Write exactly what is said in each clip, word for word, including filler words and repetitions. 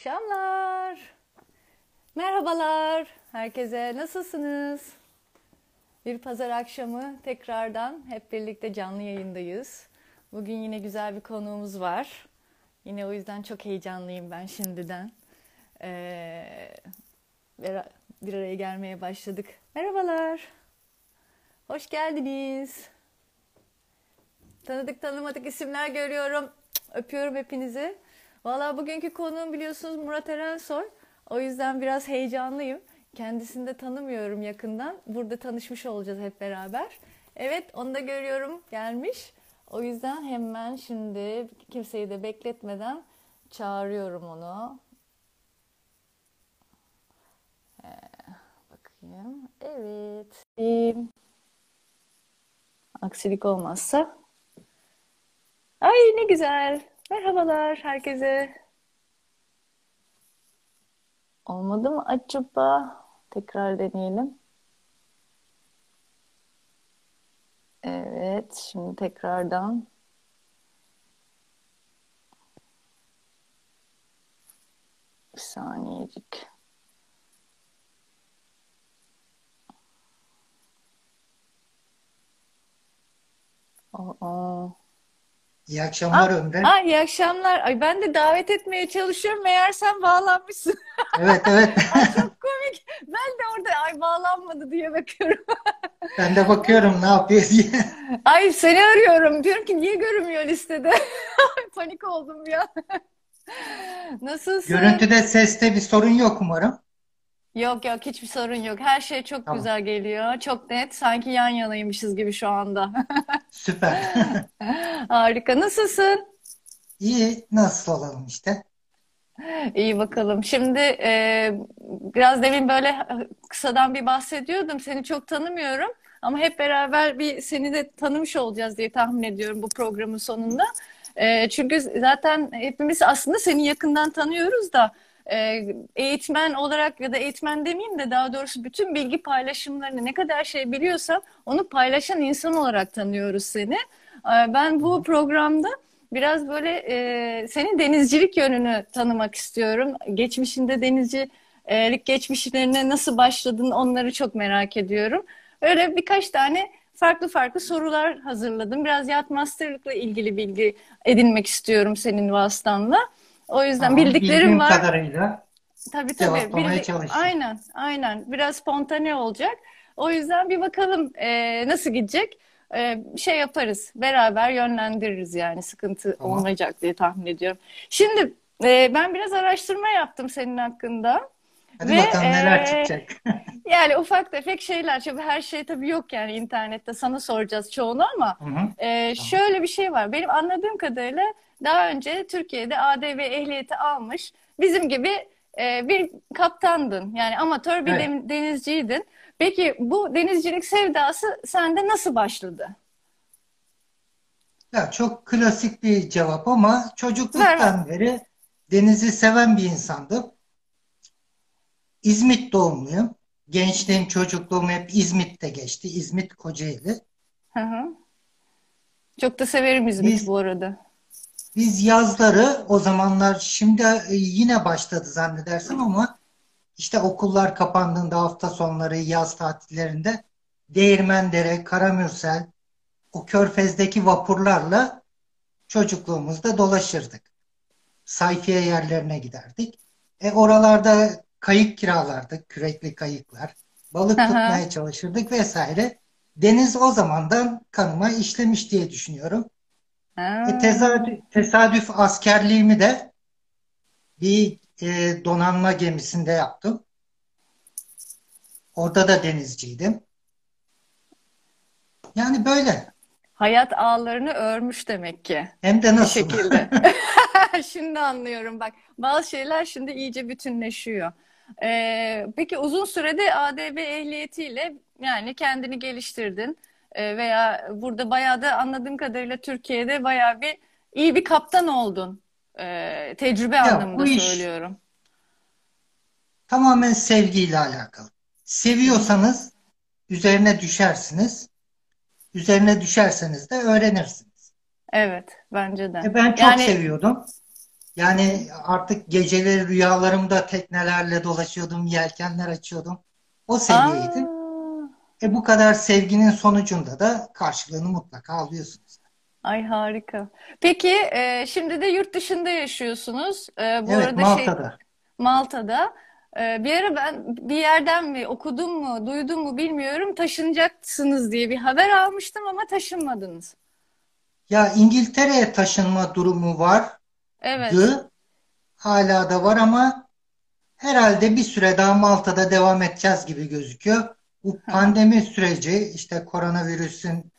Akşamlar. Merhabalar. Herkese nasılsınız? Bir pazar akşamı tekrardan hep birlikte canlı yayındayız. Bugün yine güzel bir konuğumuz var. Yine o yüzden çok heyecanlıyım ben şimdiden. Ee, bir araya gelmeye başladık. Merhabalar. Hoş geldiniz. Tanıdık tanımadık isimler görüyorum. Öpüyorum hepinizi. Valla bugünkü konuğum biliyorsunuz Murat Erensoy. O yüzden biraz heyecanlıyım. Kendisini de tanımıyorum yakından. Burada tanışmış olacağız hep beraber. Evet, onu da görüyorum, gelmiş. O yüzden hemen şimdi kimseyi de bekletmeden çağırıyorum onu. Ee, bakayım. Evet. Ee, aksilik olmazsa. Ay ne güzel. Merhabalar herkese. Olmadı mı acaba? Tekrar deneyelim. Evet, şimdi tekrardan. Bir saniyecik. Oo. İyi Ah, akşamlar Ömre. ah, iyi akşamlar. Ay ben de davet etmeye çalışıyorum. Meğer sen bağlanmışsın. Evet evet. Ay çok komik. Ben de orada ay bağlanmadı diye bakıyorum. Ben de bakıyorum ne yapıyor diye. Ay seni arıyorum. Diyorum ki niye görünmüyor listede? Ay, panik oldum ya. Nasılsın? Görüntüde, seste bir sorun yok umarım. Yok yok hiçbir sorun yok. Her şey çok Tamam. güzel geliyor. Çok net. Sanki yan yanaymışız gibi şu anda. Süper. Harika. Nasılsın? İyi. Nasıl olalım işte. İyi bakalım. Şimdi e, biraz demin böyle kısadan bir bahsediyordum. Seni çok tanımıyorum. Ama hep beraber bir seni de tanımış olacağız diye tahmin ediyorum bu programın sonunda. E, çünkü zaten hepimiz aslında seni yakından tanıyoruz da e, eğitmen olarak ya da eğitmen demeyeyim de daha doğrusu bütün bilgi paylaşımlarını ne kadar şey biliyorsan onu paylaşan insan olarak tanıyoruz seni. E, ben Hı bu hı. programda biraz böyle e, senin denizcilik yönünü tanımak istiyorum. Geçmişinde denizcilik geçmişlerine nasıl başladın onları çok merak ediyorum. Öyle birkaç tane farklı farklı sorular hazırladım. Biraz yat masterlıkla ilgili bilgi edinmek istiyorum senin vasıtanla. O yüzden Tamam. bildiklerim Bildiğim var. kadarıyla Tabii tabii. cevaplamaya Bildi çalışayım. aynen aynen. Biraz spontane olacak. O yüzden bir bakalım e, nasıl gidecek. E, şey yaparız. Beraber yönlendiririz yani. Sıkıntı Tamam. olmayacak diye tahmin ediyorum. Şimdi e, ben biraz araştırma yaptım senin hakkında. Hadi Ve bakalım neler e, çıkacak. yani ufak tefek şeyler. Tabii her şey tabii yok yani internette. Sana soracağız çoğunu ama Hı hı. e, Tamam. şöyle bir şey var. Benim anladığım kadarıyla daha önce Türkiye'de A D V ehliyeti almış. Bizim gibi e, bir kaptandın. Yani amatör bir Evet. dem- denizciydin. Peki bu denizcilik sevdası sende nasıl başladı? Ya çok klasik bir cevap ama Ver ver. çocukluktan beri denizi seven bir insandım. İzmit doğumluyum. Gençliğim, çocukluğum hep İzmit'te geçti. İzmit, Kocaeli. Hı hı. Çok da severim İzmit'i Biz bu arada. Biz yazları o zamanlar şimdi e, yine başladı zannedersem ama işte okullar kapandığında hafta sonları yaz tatillerinde Değirmendere, Karamürsel o Körfez'deki vapurlarla çocukluğumuzda dolaşırdık. Sayfiye yerlerine giderdik. E oralarda kayık kiralardık, kürekli kayıklar. Hı Balık hı. tutmaya çalışırdık vesaire. Deniz o zamandan kanıma işlemiş diye düşünüyorum. E Ha. tesadüf, tesadüf askerliğimi de bir e, donanma gemisinde yaptım. Orada da denizciydim. Yani böyle. Hayat ağlarını örmüş demek ki Hem de bir nasıl. şekilde. Şimdi anlıyorum bak. Bazı şeyler şimdi iyice bütünleşiyor. Ee, peki uzun sürede A D V ehliyetiyle yani kendini geliştirdin. Ee, veya burada bayağı da anladığım kadarıyla Türkiye'de bayağı bir iyi bir kaptan oldun. Ee, tecrübe Ya anlamında bu iş söylüyorum. tamamen sevgiyle alakalı. Hı hı. Seviyorsanız üzerine düşersiniz. Üzerine düşerseniz de öğrenirsiniz. Evet, bence de. E ben çok Yani seviyordum. Yani artık geceleri rüyalarımda teknelerle dolaşıyordum, yelkenler açıyordum. O seviyeydi. Aa, E bu kadar sevginin sonucunda da karşılığını mutlaka alıyorsunuz. ay harika. Peki e, şimdi de yurt dışında yaşıyorsunuz. E, bu Evet, arada şey Malta'da. Malta'da. E, bir ara ben bir yerden mi okudum mu, duydum mu bilmiyorum. Taşınacaksınız diye bir haber almıştım ama taşınmadınız. Ya İngiltere'ye taşınma durumu Evet. vardı. Hala da var ama herhalde bir süre daha Malta'da devam edeceğiz gibi gözüküyor. Bu Hı hı. pandemi süreci işte koronavirüsün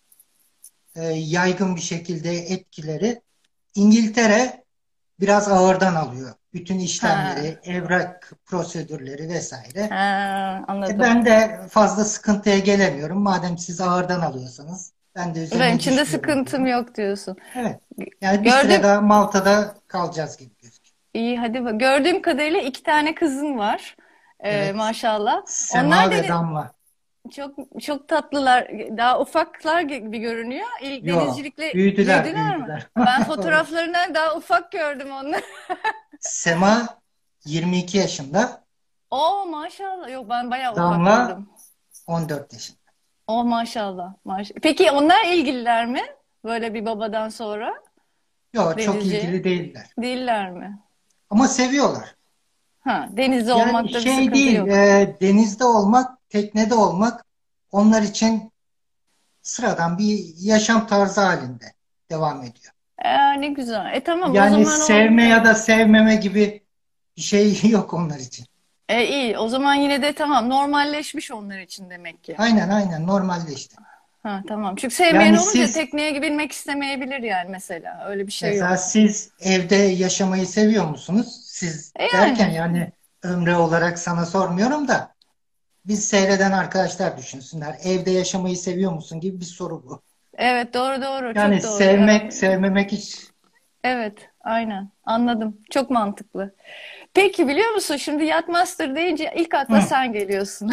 e, yaygın bir şekilde etkileri İngiltere biraz ağırdan alıyor. Bütün Ha, işlemleri, evrak prosedürleri vesaire. ha, E anladım. ben de fazla sıkıntıya gelemiyorum. Madem siz ağırdan alıyorsanız ben de Benim üzerine için de düşmüyorum sıkıntım diyorum. yok diyorsun. Evet. Yani bir süre Gördüm. daha Malta'da kalacağız gibi gözüküyor. İyi hadi bak. Gördüğüm kadarıyla iki tane kızın var. Ee, Evet. maşallah. Onlar Sema ve deni Damla. çok çok tatlılar. Daha ufaklar gibi görünüyor. İlk Yo, denizcilikle büyüdüler, büyüdüler mi? büyüdüler. Ben Evet. fotoğraflarından daha ufak gördüm onları. Sema yirmi iki yaşında, Oo maşallah. Yok ben bayağı ufak Damla gördüm. on dört yaşında. Oh maşallah. Maş Peki onlar ilgililer mi? Böyle bir babadan sonra Yo, çok denizci ilgili değiller. değiller mi? Ama seviyorlar. Ha, denizde Yani olmakta bir şey sıkıntı değil, yok. e, denizde olmak, teknede olmak onlar için sıradan bir yaşam tarzı halinde devam ediyor. Ee, ne güzel. E tamam o Yani zaman o sevme ya evet. da sevmeme gibi bir şey yok onlar için. E, iyi. O zaman yine de tamam normalleşmiş onlar için demek ki. Aynen aynen normalleşti. Ha tamam. Çünkü sevmeyen Yani olunca siz tekneye binmek istemeyebilir yani mesela. Öyle bir şey mesela yok. siz evde yaşamayı seviyor musunuz? Siz E derken yani. yani ömre olarak sana sormuyorum da biz seyreden arkadaşlar düşünsünler. Evde yaşamayı seviyor musun gibi bir soru bu. Evet doğru doğru. Yani Çok doğru. Ya, sevmek, sevmemek hiç. evet aynen. Anladım. Çok mantıklı. Peki biliyor musun şimdi Yachtmaster deyince ilk akla Hı. sen geliyorsun.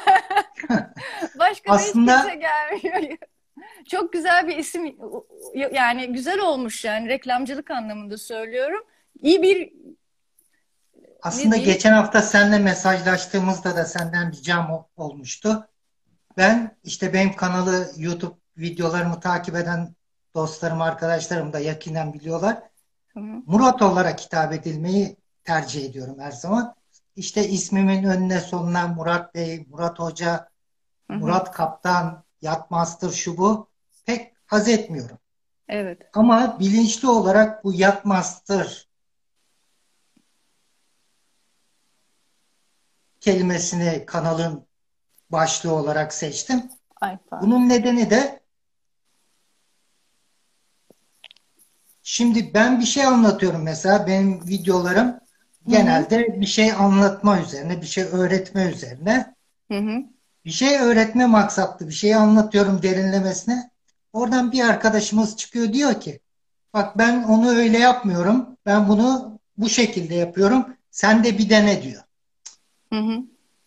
Başka da hiç kimse Aslında gelmiyor. Çok güzel bir isim yani güzel olmuş yani reklamcılık anlamında söylüyorum. İyi bir ne aslında diyeyim? geçen hafta seninle mesajlaştığımızda da senden ricam ol- olmuştu. Ben işte benim kanalı YouTube videolarımı takip eden dostlarım, arkadaşlarım da yakinen biliyorlar. Hı hı. Murat olarak hitap edilmeyi tercih ediyorum her zaman. İşte ismimin önüne sonuna Murat Bey, Murat Hoca, Hı hı. Murat Kaptan, Yachtmaster şu bu pek haz etmiyorum. Evet. Ama bilinçli olarak bu Yachtmaster kelimesini kanalın başlığı olarak seçtim. Ay pardon. Bunun nedeni de şimdi ben bir şey anlatıyorum mesela benim videolarım Hı hı. genelde bir şey anlatma üzerine, bir şey öğretme üzerine. Hı hı. Bir şey öğretme maksatlı bir şey anlatıyorum derinlemesine. Oradan bir arkadaşımız çıkıyor diyor ki bak ben onu öyle yapmıyorum. Ben bunu bu şekilde yapıyorum. Sen de bir dene diyor. Hı hı.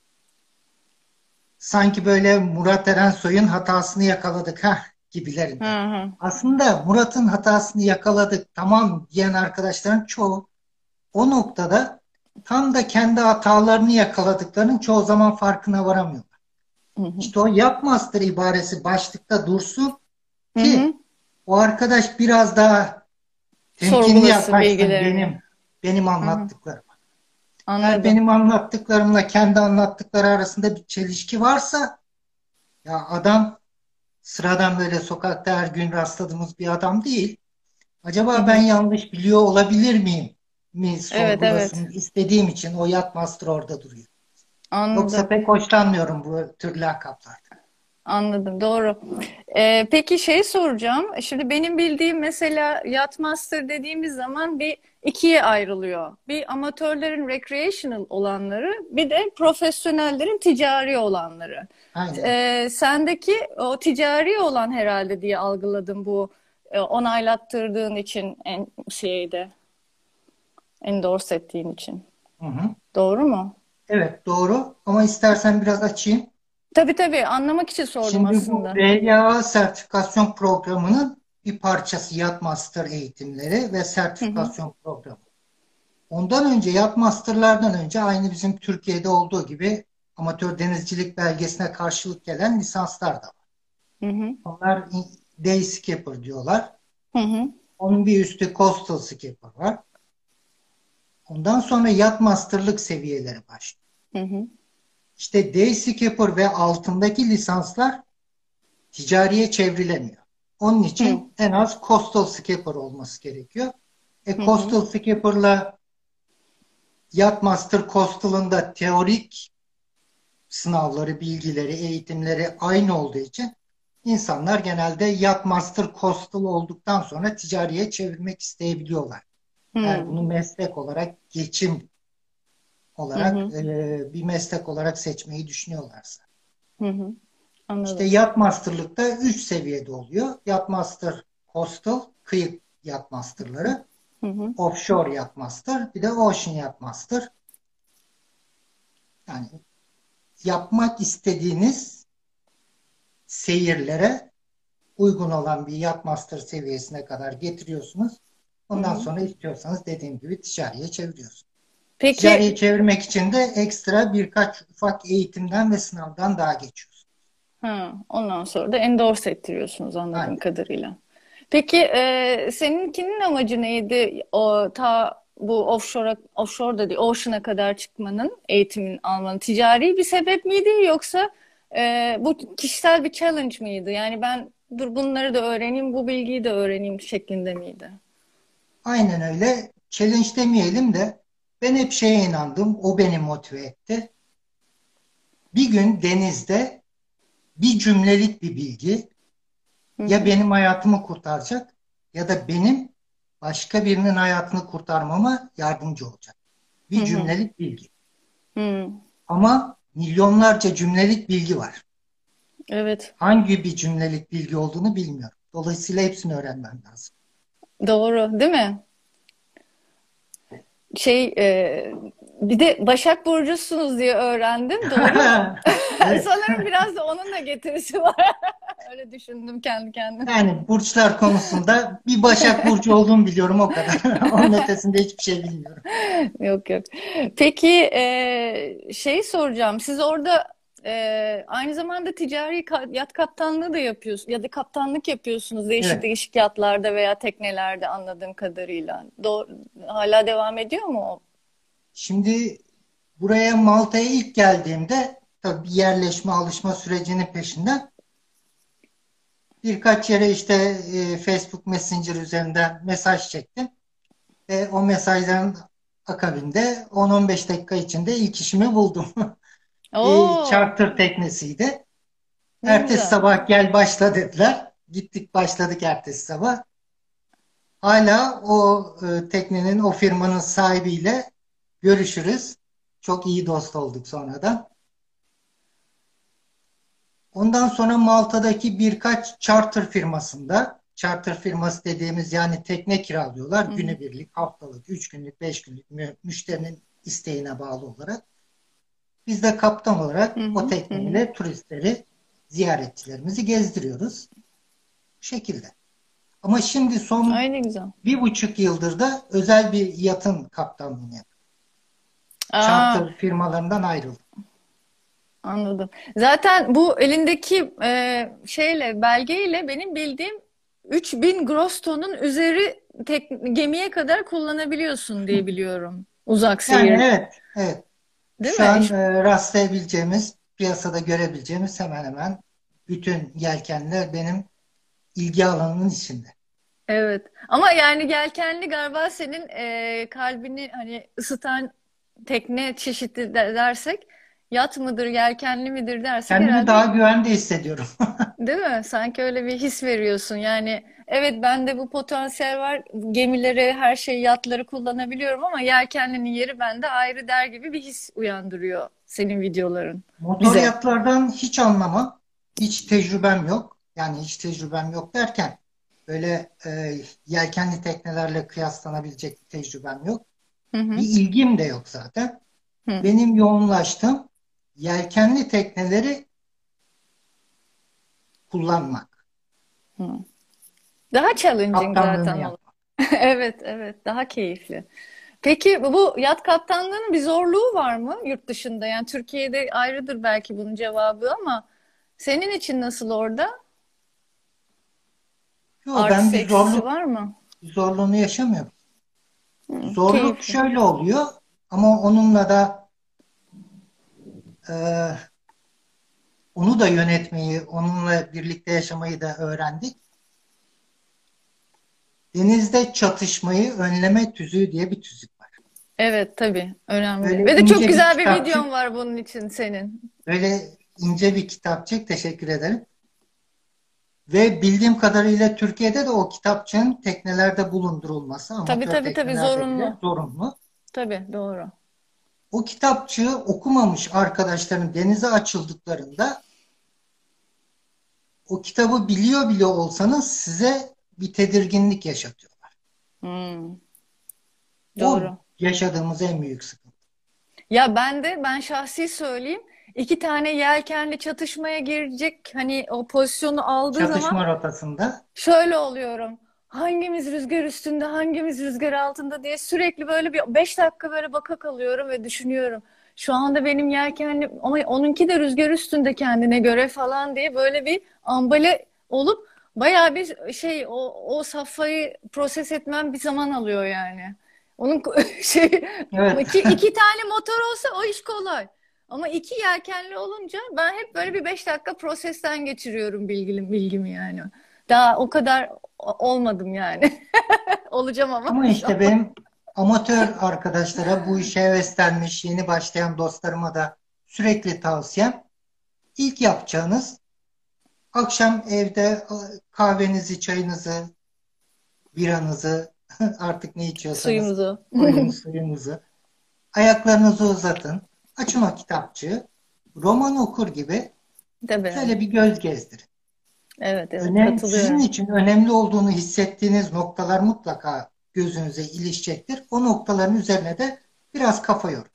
Sanki böyle Murat Erensoy'un hatasını yakaladık ha Hı gibilerinden. hı. Aslında Murat'ın hatasını yakaladık tamam diyen arkadaşların çoğu o noktada tam da kendi hatalarını yakaladıklarının çoğu zaman farkına varamıyor. Hı hı. İşte o yapmazdır ibaresi başlıkta dursun Hı hı. ki o arkadaş biraz daha temkinli Sorgulasın yaklaşsın bilgilerini. benim benim Hı hı. anlattıklarım. Eğer Anladım. benim anlattıklarımla kendi anlattıkları arasında bir çelişki varsa ya adam sıradan böyle sokakta her gün rastladığımız bir adam değil. Hı Acaba ben hı. yanlış biliyor olabilir miyim mi Evet evet. sorgulasın istediğim için o Yachtmaster orada duruyor. Yoksa Anladım. pek hoşlanmıyorum bu tür lakaplardan. Anladım. Doğru. Ee, peki şey soracağım. Şimdi benim bildiğim mesela Yacht Master dediğimiz zaman bir ikiye ayrılıyor. Bir amatörlerin recreational olanları, bir de profesyonellerin ticari olanları. Aynen. Ee, sendeki o ticari olan herhalde diye algıladım bu e, onaylattırdığın için en şeyde endorse ettiğin için. Hı hı. Doğru mu? Evet doğru ama istersen biraz açayım. Tabii tabii anlamak için sordum Şimdi bu aslında. R Y A sertifikasyon programının bir parçası Yacht Master eğitimleri ve Hı hı. sertifikasyon programı. Ondan önce Yacht Master'lardan önce aynı bizim Türkiye'de olduğu gibi amatör denizcilik belgesine karşılık gelen lisanslar da var. Hı hı. Onlar Day Skipper diyorlar. Hı hı. Onun bir üstü Coastal Skipper var. Ondan sonra Yacht Master'lık seviyeleri başlıyor. Hı hı. İşte Day Skipper ve altındaki lisanslar ticariye çevrilemiyor. Onun Hı için en az Coastal Skipper olması gerekiyor. E, hı. Hı. Coastal Skipper'la Yacht Master Coastal'ın da teorik sınavları, bilgileri, eğitimleri aynı olduğu için insanlar genelde Yacht Master Coastal olduktan sonra ticariye çevirmek isteyebiliyorlar. Eğer Hı bunu meslek olarak, geçim hı. olarak Hı. e, bir meslek olarak seçmeyi düşünüyorlarsa. Hı hı. İşte Anladım. Yacht Master'lıkta üç seviyede oluyor. Yacht Master Coastal, kıyı Yacht Master'ları, Hı hı. Offshore Yacht Master, bir de Ocean Yacht Master. Yani yapmak istediğiniz seyirlere uygun olan bir Yacht Master seviyesine kadar getiriyorsunuz. Hı Ondan hı. sonra istiyorsanız dediğim gibi ticariye çeviriyorsunuz. Peki, Ticariye çevirmek için de ekstra birkaç ufak eğitimden ve sınavdan daha geçiyorsunuz. ha, ondan sonra da endorse ettiriyorsunuz anladığım Aynen. kadarıyla. Peki e, seninkinin amacı neydi? O ta bu offshore offshore da değil, ocean'a kadar çıkmanın, eğitimin almanın ticari bir sebep miydi yoksa e, bu kişisel bir challenge mıydı? Yani ben dur bunları da öğreneyim, bu bilgiyi de öğreneyim şeklinde miydi? Aynen öyle. Challenge demeyelim de ben hep şeye inandım. O beni motive etti. Bir gün denizde bir cümlelik bir bilgi Hı ya hı. benim hayatımı kurtaracak ya da benim başka birinin hayatını kurtarmama yardımcı olacak. Hı Bir hı. cümlelik bilgi. Hı. Ama milyonlarca cümlelik bilgi var. Evet, Hangi bir cümlelik bilgi olduğunu bilmiyorum. Dolayısıyla hepsini öğrenmem lazım. doğru, değil mi? Şey, e, bir de Başak Burcu'sunuz diye öğrendim. Doğru mu? Evet. Sanırım biraz da onun da getirisi var. Öyle düşündüm kendi kendime. Yani burçlar konusunda bir Başak Burcu olduğumu biliyorum o kadar. Onun ötesinde hiçbir şey bilmiyorum. Yok yok. Peki e, şey soracağım. Siz orada e, aynı zamanda ticari ka- yat kaptanlığı da yapıyorsunuz ya da kaptanlık yapıyorsunuz değişik Evet. değişik yatlarda veya teknelerde anladığım kadarıyla. Doğru, hala devam ediyor mu o? Şimdi buraya Malta'ya ilk geldiğimde tabii bir yerleşme alışma sürecinin peşinden birkaç yere işte e, Facebook Messenger üzerinden mesaj çektim. Ve o mesajların akabinde on on beş dakika içinde ilk işimi buldum. Bir Oo, charter teknesiydi. ne Ertesi güzel. sabah gel başla dediler. Gittik başladık ertesi sabah. Hala o e, teknenin, o firmanın sahibiyle görüşürüz. Çok iyi dost olduk sonradan. Ondan sonra Malta'daki birkaç charter firmasında, charter firması dediğimiz yani tekne kiralıyorlar. Hı hı, Günübirlik, haftalık, üç günlük, beş günlük mü- müşterinin isteğine bağlı olarak. Biz de kaptan hı olarak o hı, hı hı. tekneyle turistleri, ziyaretçilerimizi gezdiriyoruz. Bu şekilde. Ama şimdi Ay son ne güzel. bir buçuk yıldır da özel bir yatın kaptanlığını yapıyorum. Aa, Charter firmalarından ayrıldım. anladım. Zaten bu elindeki e, şeyle belgeyle benim bildiğim üç bin gross tonun üzeri tek, gemiye kadar kullanabiliyorsun diye biliyorum. Uzak Yani seyir, evet, evet. değil Şu mi? an e, rastlayabileceğimiz, piyasada görebileceğimiz hemen hemen bütün yelkenler benim ilgi alanımın içinde. Evet. Ama yani yelkenli galiba senin e, kalbini hani ısıtan tekne çeşidi de- dersek yat mıdır, yelkenli midir dersek Kendimi daha herhalde. güvende hissediyorum. Değil mi? Sanki öyle bir his veriyorsun. Yani evet bende bu potansiyel var. Gemileri, her şeyi, yatları kullanabiliyorum ama yelkenlinin yeri bende ayrı der gibi bir his uyandırıyor senin videoların Motor bize. yatlardan hiç anlamam. Hiç tecrübem yok. Yani hiç tecrübem yok derken böyle e, yelkenli teknelerle kıyaslanabilecek bir tecrübem yok. Hı Bir hı. ilgim de yok zaten. Hı Benim yoğunlaştığım yelkenli tekneleri kullanmak. hı. Daha challenging Kaptanlığını zaten olur. yapmak. Evet, evet, daha keyifli. Peki bu yat kaptanlığının bir zorluğu var mı yurt dışında? Yani Türkiye'de ayrıdır belki bunun cevabı ama senin için nasıl orada? Yo, ben Artısı bir eksisi zorluk var mı? bir zorluğunu yaşamıyorum. Hı, Zorluk keyifli. şöyle oluyor ama onunla da e, onu da yönetmeyi, onunla birlikte yaşamayı da öğrendik. Denizde çatışmayı önleme tüzüğü diye bir tüzük var. Evet tabii önemli. Böyle Ve de çok ince bir güzel bir videon kitapçık, var bunun için senin. böyle ince bir kitapçık, teşekkür ederim. Ve bildiğim kadarıyla Türkiye'de de o kitapçığın teknelerde bulundurulması, Tabii amatör tabii tabii teknelerde bile zorunlu. zorunlu. Tabii doğru. O kitapçığı okumamış arkadaşların denize açıldıklarında o kitabı biliyor bile olsanız size bir tedirginlik yaşatıyorlar. Hmm, O doğru. yaşadığımız en büyük sıkıntı. Ya ben de ben şahsi söyleyeyim. İki tane yelkenli çatışmaya girecek hani o pozisyonu aldığı zaman Çatışma rotasında şöyle oluyorum. Hangimiz rüzgar üstünde, hangimiz rüzgar altında diye sürekli böyle bir beş dakika böyle baka kalıyorum ve düşünüyorum. Şu anda benim yelkenli ama onunki de rüzgar üstünde kendine göre falan diye böyle bir ambale olup bayağı bir şey o, o safhayı proses etmem bir zaman alıyor yani. Onun şey evet. iki, iki tane motor olsa o iş kolay. Ama iki yelkenli olunca ben hep böyle bir beş dakika prosesten geçiriyorum bilgimi, bilgimi yani. Daha o kadar olmadım yani. Olacağım ama Ama işte inşallah. benim amatör arkadaşlara, bu işe heveslenmiş yeni başlayan dostlarıma da sürekli tavsiyem, ilk yapacağınız akşam evde kahvenizi, çayınızı, biranızı artık ne içiyorsanız Suyumuzu. koyun, suyunuzu, ayaklarınızı uzatın, açın o kitapçığı, roman okur gibi Tabii. şöyle bir göz gezdirin. Evet evet Önem, sizin katılıyorum. için önemli olduğunu hissettiğiniz noktalar mutlaka gözünüze ilişecektir. O noktaların üzerine de biraz kafa yorun.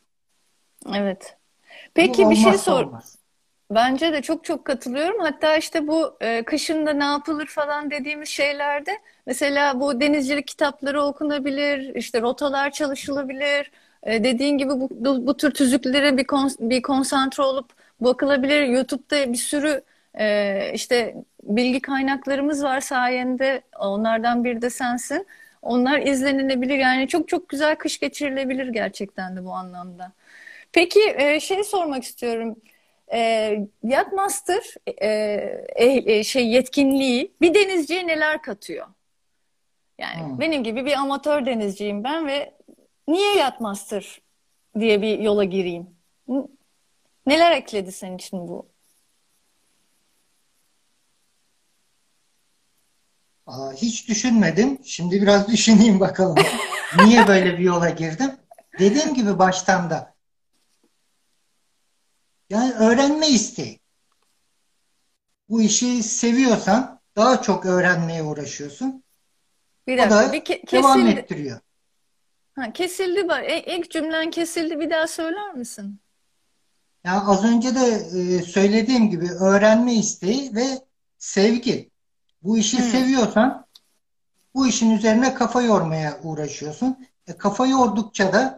Evet. Bu Peki bir şey olmazsa sor. olmaz. Bence de çok çok katılıyorum. Hatta işte bu e, kışın da ne yapılır falan dediğimiz şeylerde mesela bu denizcilik kitapları okunabilir, işte rotalar çalışılabilir. E, dediğin gibi bu, bu, bu tür tüzüklere bir, kon, bir konsantre olup bakılabilir. YouTube'da bir sürü e, işte bilgi kaynaklarımız var sayende. Onlardan biri de sensin. Onlar izlenilebilir. Yani çok çok güzel kış geçirilebilir gerçekten de bu anlamda. Peki e, şey sormak istiyorum. E, Yacht Master e, e, e, şey yetkinliği bir denizciye neler katıyor? Yani Hmm. benim gibi bir amatör denizciyim ben ve niye Yacht Master diye bir yola gireyim? N- Neler ekledi senin için bu? Aa, hiç düşünmedim. Şimdi biraz düşüneyim bakalım. Niye böyle bir yola girdim? Dediğim gibi baştan da. Yani öğrenme isteği. Bu işi seviyorsan daha çok öğrenmeye uğraşıyorsun. Bir O dakika, bir da ke- devam kesildi. ettiriyor. Ha, kesildi bak. E, ilk cümlen kesildi. Bir daha söyler misin? Yani az önce de e, söylediğim gibi öğrenme isteği ve sevgi. Bu işi Hmm. seviyorsan bu işin üzerine kafa yormaya uğraşıyorsun. E, kafa yordukça da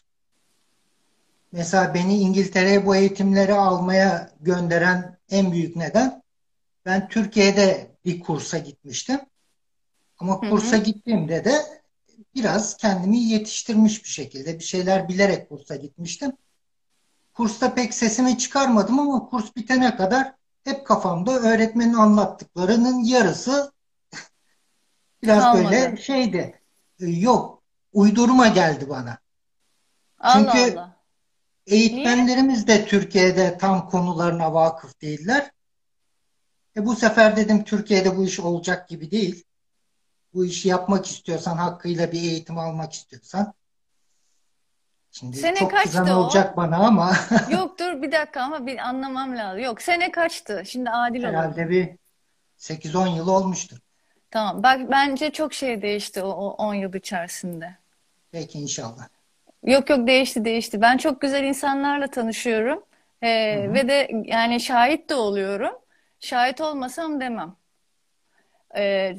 mesela beni İngiltere'ye bu eğitimleri almaya gönderen en büyük neden, ben Türkiye'de bir kursa gitmiştim. Ama Hı kursa hı. gittiğimde de biraz kendimi yetiştirmiş bir şekilde bir şeyler bilerek kursa gitmiştim. Kursta pek sesimi çıkarmadım ama kurs bitene kadar hep kafamda öğretmenin anlattıklarının yarısı biraz böyle Kalmadı. şeydi. E, Yok, uydurma geldi bana. Allah Çünkü Allah. Niye? eğitmenlerimiz de Türkiye'de tam konularına vakıf değiller. E bu sefer dedim Türkiye'de bu iş olacak gibi değil. Bu işi yapmak istiyorsan, hakkıyla bir eğitim almak istiyorsan. Şimdi Sene çok kızan kaçtı o? olacak bana ama Yok dur bir dakika ama bir anlamam lazım. Yok sene kaçtı? Şimdi adil olalım. herhalde bir sekiz on yıl olmuştur. Tamam. Bak bence çok şey değişti o, o on yıl içerisinde. Peki inşallah. Yok yok değişti değişti. Ben çok güzel insanlarla tanışıyorum. Hı Ee, hı. ve de yani şahit de oluyorum. Şahit olmasam demem.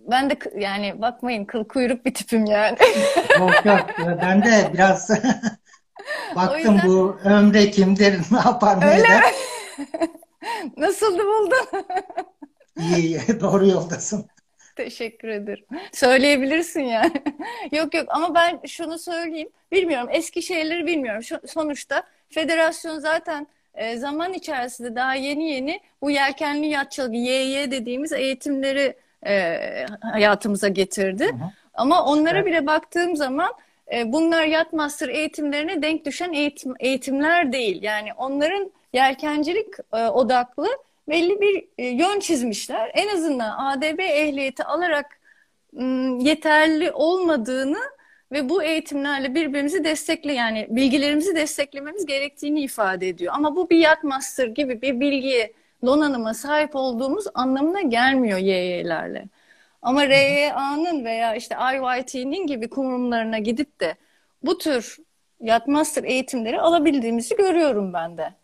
Ben de k- yani bakmayın kıl kuyruk bir tipim yani. Yok yok. Ben de biraz O baktım yüzden bu Ömre kimdir, ne yapar ne öyle eder. mi? Nasıldı buldun? İyi, iyi, doğru yoldasın. Teşekkür ederim. Söyleyebilirsin yani. Yok yok ama ben şunu söyleyeyim. Bilmiyorum eski şeyleri bilmiyorum. Şu, sonuçta federasyon zaten e, zaman içerisinde daha yeni yeni bu yelkenli yatçılık Y Y dediğimiz eğitimleri e, hayatımıza getirdi. Hı hı, Ama onlara süper. bile baktığım zaman e, bunlar Yacht Master eğitimlerine denk düşen eğitim, eğitimler değil. Yani onların yelkencilik e, odaklı belli bir e, yön çizmişler. En azından A D B ehliyeti alarak m, yeterli olmadığını ve bu eğitimlerle birbirimizi destekle yani bilgilerimizi desteklememiz gerektiğini ifade ediyor. Ama bu bir Yacht Master gibi bir bilgiye, donanıma sahip olduğumuz anlamına gelmiyor Y Y'lerle. Ama Hı hı. R Y A'nın veya işte I Y T'nin gibi kurumlarına gidip de bu tür Yacht Master eğitimleri alabildiğimizi görüyorum ben de.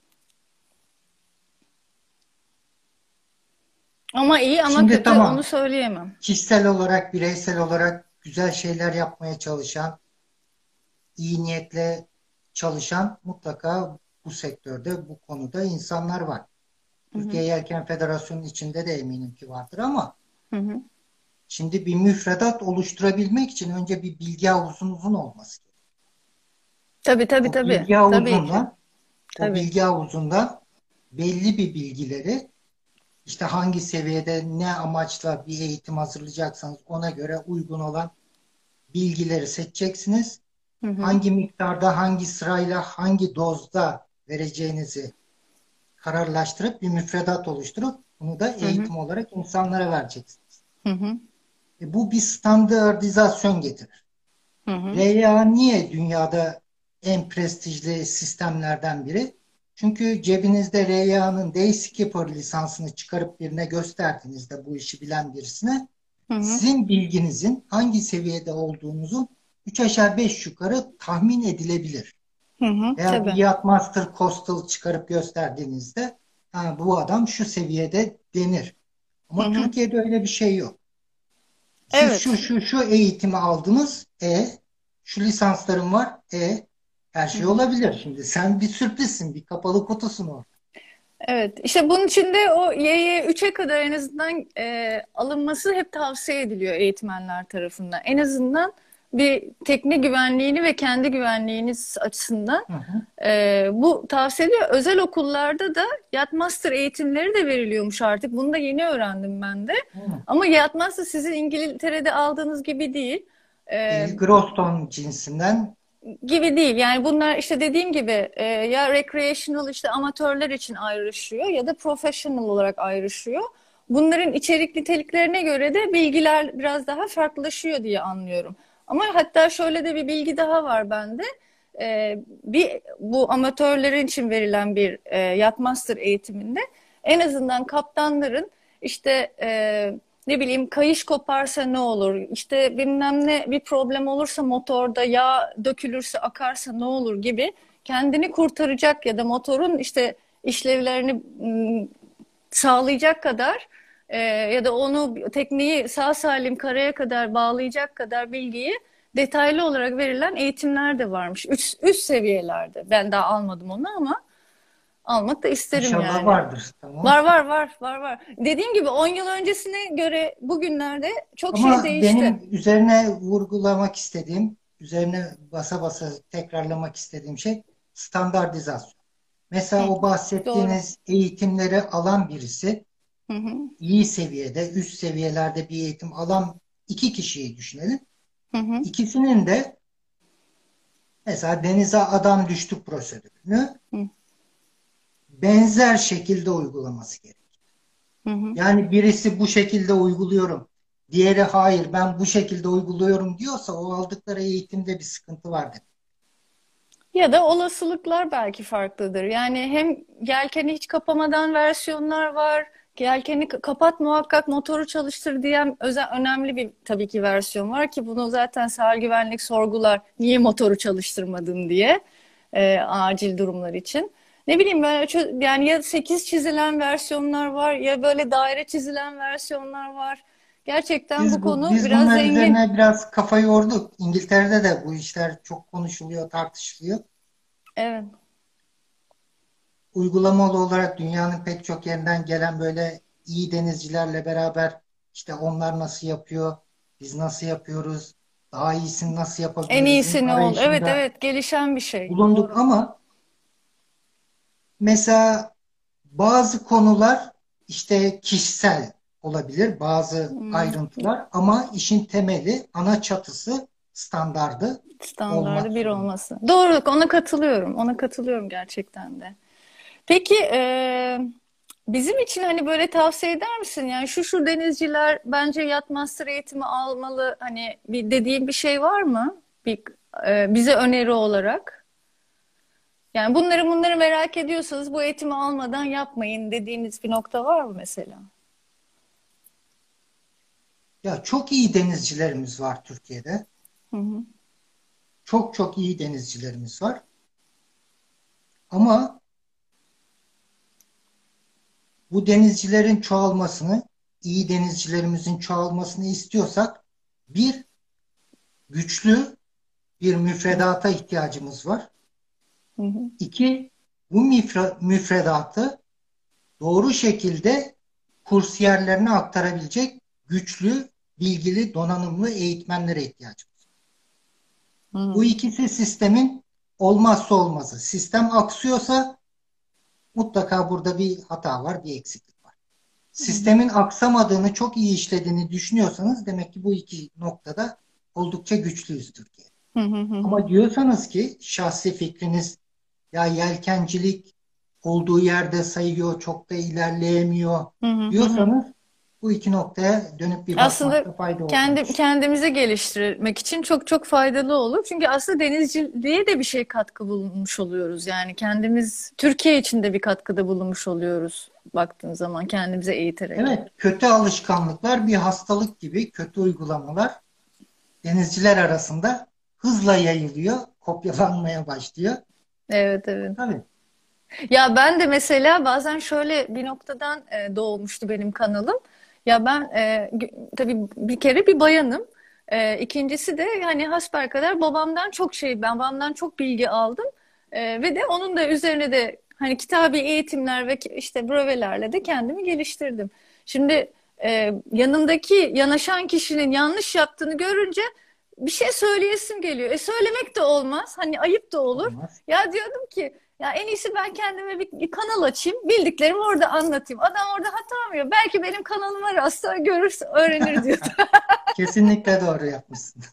Ama iyi ama Şimdi kötü onu tamam. söyleyemem. Kişisel olarak, bireysel olarak güzel şeyler yapmaya çalışan, iyi niyetle çalışan mutlaka bu sektörde, bu konuda insanlar var. Hı hı, Türkiye Yelken Federasyonu'nun içinde de eminim ki vardır ama hı hı. şimdi bir müfredat oluşturabilmek için önce bir bilgi havuzunuzun olması gerekiyor. Tabii tabii O tabii. bilgi Tabii ki. havuzundan, o Tabii. bilgi havuzundan belli bir bilgileri işte hangi seviyede ne amaçla bir eğitim hazırlayacaksanız ona göre uygun olan bilgileri seçeceksiniz. Hı hı, Hangi miktarda, hangi sırayla, hangi dozda vereceğinizi kararlaştırıp bir müfredat oluşturup bunu da hı hı, eğitim olarak insanlara vereceksiniz. hı hı, E bu bir standartizasyon getirir. hı hı, R Y A niye dünyada en prestijli sistemlerden biri? Çünkü cebinizde R Y A'nın Day Skipper lisansını çıkarıp birine gösterdiğinizde bu işi bilen birisine hı hı, sizin bilginizin hangi seviyede olduğunuzu üç aşağı beş yukarı tahmin edilebilir. hı hı. Veya bir Tabii. Yacht Master Coastal çıkarıp gösterdiğinizde ha, bu adam şu seviyede denir. Hı Ama hı. Türkiye'de öyle bir şey yok. Siz şu Evet. şu şu eğitimi aldınız. E şu lisanslarım var. E her Hı şey hı. olabilir şimdi. Sen bir sürprizsin, bir kapalı kutusun o. Evet. İşte bunun için de o Y Y üçe kadar en azından e, alınması hep tavsiye ediliyor eğitmenler tarafından. En azından bir tekne güvenliğini ve kendi güvenliğiniz açısından Hı hı. e, bu tavsiye ediliyor. Özel okullarda da Yacht Master eğitimleri de veriliyormuş artık. Bunu da yeni öğrendim ben de. Hı. Ama Yacht Master sizin İngiltere'de aldığınız gibi değil. E, Değil, Groston cinsinden. gibi değil. Yani bunlar işte dediğim gibi e, ya recreational işte amatörler için ayrışıyor ya da professional olarak ayrışıyor. Bunların içerik niteliklerine göre de bilgiler biraz daha farklılaşıyor diye anlıyorum. Ama hatta şöyle de bir bilgi daha var bende. E, bir bu amatörlerin için verilen bir e, Yacht Master eğitiminde en azından kaptanların işte e, ne bileyim kayış koparsa ne olur? İşte bilmem ne bir problem olursa motorda yağ dökülürse akarsa ne olur gibi kendini kurtaracak ya da motorun işte işlevlerini ım, sağlayacak kadar e, ya da onu tekneyi sağ salim karaya kadar bağlayacak kadar bilgiyi detaylı olarak verilen eğitimler de varmış. Üst, üst seviyelerde. Ben daha almadım onu ama almak da isterim İnşallah yani. vardır. Tamam. Var var var var var. Dediğim gibi on yıl öncesine göre bugünlerde çok şey Ama değişti. benim üzerine vurgulamak istediğim, üzerine basa basa tekrarlamak istediğim şey standartizasyon. Mesela Hı, o doğru. bahsettiğiniz eğitimleri alan birisi Hı hı, iyi seviyede, üst seviyelerde bir eğitim alan iki kişiyi düşünelim. hı hı, İkisinin de mesela denize adam düştü prosedürünü hı benzer şekilde uygulaması gerekiyor. hı. Hı. Yani birisi bu şekilde uyguluyorum, diğeri hayır ben bu şekilde uyguluyorum diyorsa o aldıkları eğitimde bir sıkıntı var demek. Ya da olasılıklar belki farklıdır. Yani hem yelkeni hiç kapamadan versiyonlar var. Yelkeni k- kapat muhakkak motoru çalıştır diyen özel, önemli bir tabii ki versiyon var ki bunu zaten sahil güvenlik sorgular. Niye motoru çalıştırmadın diye e, acil durumlar için. Ne bileyim böyle yani ya sekiz çizilen versiyonlar var ya böyle daire çizilen versiyonlar var. Gerçekten bu Biz bu konu biz biraz bunlar zengin. üzerine biraz kafa yorduk. İngiltere'de de bu işler çok konuşuluyor, tartışılıyor. Evet. Uygulamalı olarak dünyanın pek çok yerinden gelen böyle iyi denizcilerle beraber işte onlar nasıl yapıyor, biz nasıl yapıyoruz, daha iyisini nasıl En yapabilirizin iyisi ne ol? Evet, arayışında evet, gelişen bir şey. bulunduk Doğru. ama mesela bazı konular işte kişisel olabilir, bazı Hmm. ayrıntılar ama işin temeli, ana çatısı standardı olmak Standardı bir zorunda. olması. Doğru, ona katılıyorum. Ona katılıyorum gerçekten de. Peki e, bizim için hani böyle tavsiye eder misin? Yani şu şu denizciler bence yat master eğitimi almalı. Hani bir dediğin bir şey var mı? Bir e, bize öneri olarak. Yani bunları bunları merak ediyorsanız bu eğitimi almadan yapmayın dediğiniz bir nokta var mı mesela? Ya çok iyi denizcilerimiz var Türkiye'de. Hı hı. Çok çok iyi denizcilerimiz var. Ama bu denizcilerin çoğalmasını, iyi denizcilerimizin çoğalmasını istiyorsak bir, güçlü bir müfredata ihtiyacımız var. Hı hı. İki, bu müfre- müfredatı doğru şekilde kursiyerlerine aktarabilecek güçlü, bilgili, donanımlı eğitmenlere ihtiyacımız var. Hı Bu hı. ikisi sistemin olmazsa olmazı. Sistem aksıyorsa mutlaka burada bir hata var, bir eksiklik var. Sistemin aksamadığını, çok iyi işlediğini düşünüyorsanız demek ki bu iki noktada oldukça güçlüyüz Türkiye. Hı hı hı hı. Ama diyorsanız ki şahsi fikriniz ya yelkencilik olduğu yerde sayıyor, çok da ilerleyemiyor Hı hı hı hı. diyorsanız bu iki noktaya dönüp bir Aslında bakmakta fayda olduğunu kendi, düşünüyorum. kendimizi geliştirmek için çok çok faydalı olur. Çünkü aslında denizciliğe de bir şey katkı bulunmuş oluyoruz. Yani kendimiz Türkiye için de bir katkıda bulunmuş oluyoruz baktığın zaman kendimize eğiterek. Evet, kötü alışkanlıklar bir hastalık gibi, kötü uygulamalar denizciler arasında hızla yayılıyor, kopyalanmaya başlıyor. Evet, evet. Tabii. Ya ben de mesela bazen şöyle bir noktadan e, doğmuştu benim kanalım. Ya ben e, gü- tabii bir kere bir bayanım. E, ikincisi de hani hasbelkader babamdan çok şey, ben babamdan çok bilgi aldım. E, ve de onun da üzerine de hani kitabi eğitimler ve ki- işte brevelerle de kendimi geliştirdim. Şimdi e, yanındaki yanaşan kişinin yanlış yaptığını görünce bir şey söyleyesim geliyor. E söylemek de olmaz. Hani ayıp da olur. Olmaz. Ya diyordum ki ya en iyisi ben kendime bir, bir kanal açayım. Bildiklerimi orada anlatayım. Adam orada hata mı? Belki benim kanalıma rastlar görürse öğrenir diyordu. Kesinlikle doğru yapmışsın.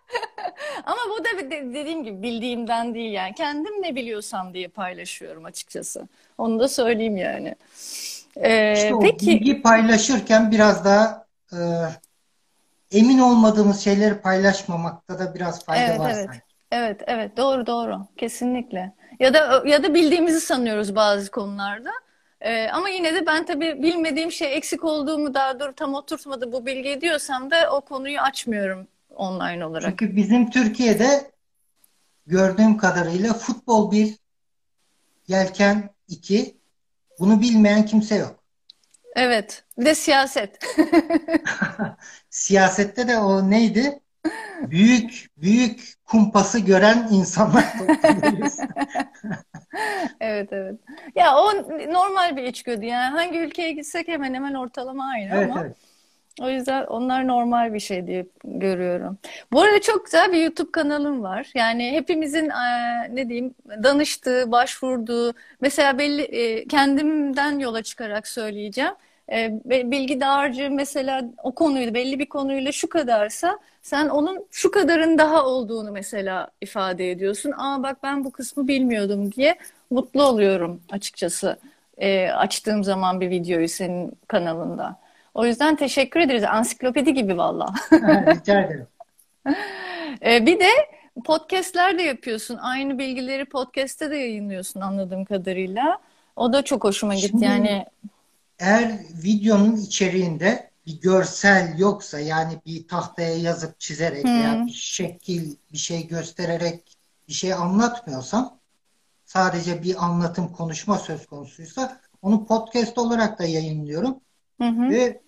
Ama bu da bir de- dediğim gibi bildiğimden değil yani. Kendim ne biliyorsam diye paylaşıyorum açıkçası. Onu da söyleyeyim yani. İşte Ee, o peki bilgi paylaşırken biraz daha e, emin olmadığımız şeyleri paylaşmamakta da biraz fayda evet, var evet. sanki. Evet, evet, doğru, doğru, kesinlikle. Ya da ya da bildiğimizi sanıyoruz bazı konularda. Ee, ama yine de ben tabii bilmediğim şey eksik olduğumu daha dur tam oturtmadı bu bilgi diyorsam da o konuyu açmıyorum online olarak. Çünkü bizim Türkiye'de gördüğüm kadarıyla futbol bir, yelken iki. Bunu bilmeyen kimse yok. Evet, bir de siyaset. Siyasette de o neydi? Büyük büyük kumpası gören insanlar toplanıyoruz. Evet, evet. Ya o normal bir içgüdü yani hangi ülkeye gitsek hemen hemen ortalama aynı Evet, ama evet. o yüzden onlar normal bir şey diye görüyorum. Bu arada çok güzel bir YouTube kanalım var. Yani hepimizin eee, ne diyeyim danıştığı, başvurduğu mesela belli eee, kendimden yola çıkarak söyleyeceğim. Eee, be- bilgi dağarcığı mesela o konuyla belli bir konuyla şu kadarsa sen onun şu kadarın daha olduğunu mesela ifade ediyorsun. Aa bak ben bu kısmı bilmiyordum diye mutlu oluyorum açıkçası. Eee, açtığım zaman bir videoyu senin kanalında. O yüzden teşekkür ederiz. Ansiklopedi gibi valla. Rica ederim. Ee, bir de podcastler de yapıyorsun. Aynı bilgileri podcast'te de yayınlıyorsun anladığım kadarıyla. O da çok hoşuma gitti. Şimdi Yani eğer videonun içeriğinde bir görsel yoksa yani bir tahtaya yazıp çizerek veya hmm, bir şekil bir şey göstererek bir şey anlatmıyorsam sadece bir anlatım konuşma söz konusuysa onu podcast olarak da yayınlıyorum hı hı, ve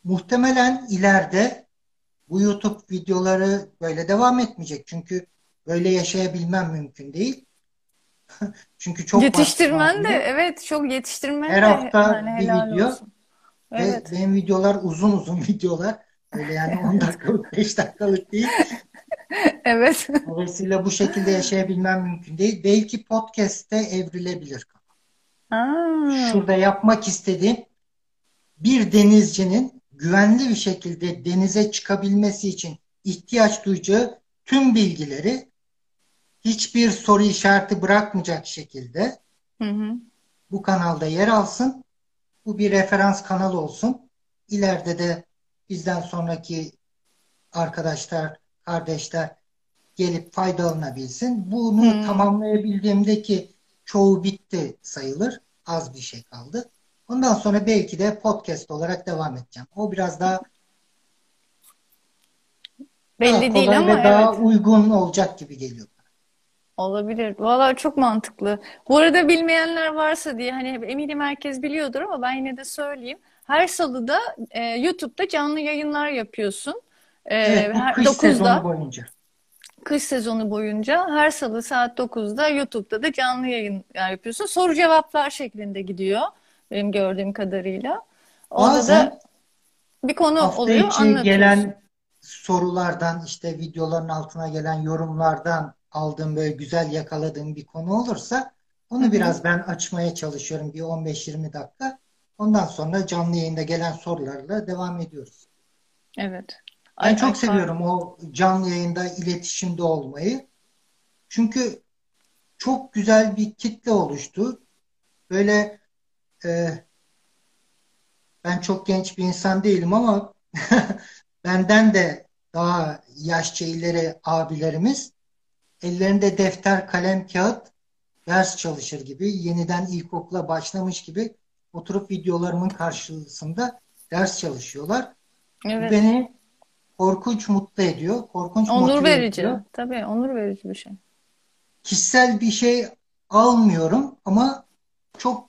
muhtemelen ileride bu YouTube videoları böyle devam etmeyecek. Çünkü böyle yaşayabilmem mümkün değil. Çünkü çok vaktimi Yetiştirmen de alıyor. evet çok Her yetiştirmen de hafta hani bir helal video olsun. ve Evet. benim videolar uzun uzun videolar. Öyle yani on dakikalık, beş dakikalık değil. Evet. Dolayısıyla bu şekilde yaşayabilmem mümkün değil. Belki podcast'te evrilebilir. Aa, Şurada yapmak istediğim bir denizcinin güvenli bir şekilde denize çıkabilmesi için ihtiyaç duyacağı tüm bilgileri hiçbir soru işareti bırakmayacak şekilde hı hı. bu kanalda yer alsın. Bu bir referans kanalı olsun. İleride de bizden sonraki arkadaşlar, kardeşler gelip faydalanabilsin. Bunu Hmm. tamamlayabildiğimde ki çoğu bitti sayılır. Az bir şey kaldı. Ondan sonra belki de podcast olarak devam edeceğim. O biraz daha daha Belli değil kolay ama ve daha evet. uygun olacak gibi geliyor. Olabilir. Valla çok mantıklı. Bu arada bilmeyenler varsa diye hani eminim herkes biliyordur ama ben yine de söyleyeyim. Her salıda e, YouTube'da canlı yayınlar yapıyorsun. E, Evet, bu her, kış sezonu dokuzda boyunca. kış sezonu boyunca her salı saat dokuzda YouTube'da da canlı yayınlar yapıyorsun. Soru cevaplar şeklinde gidiyor benim gördüğüm kadarıyla. Orada da Bazen bir konu hafta oluyor, içi anlatıyorsun. gelen sorulardan, işte videoların altına gelen yorumlardan aldığım böyle güzel yakaladığım bir konu olursa Hı onu hı. biraz ben açmaya çalışıyorum bir on beş yirmi dakika. Ondan sonra canlı yayında gelen sorularla devam ediyoruz. Evet. Ben Ay ay çok pardon. seviyorum o canlı yayında iletişimde olmayı. Çünkü çok güzel bir kitle oluştu. Böyle e, ben çok genç bir insan değilim ama benden de daha yaşça ileri abilerimiz ellerinde defter, kalem, kağıt ders çalışır gibi, yeniden ilkokula başlamış gibi oturup videolarımın karşısında ders çalışıyorlar. Bu Evet. beni korkunç mutlu ediyor, korkunç Onur motive verici. ediyor. Tabii onur verici bir şey. Kişisel bir şey almıyorum ama çok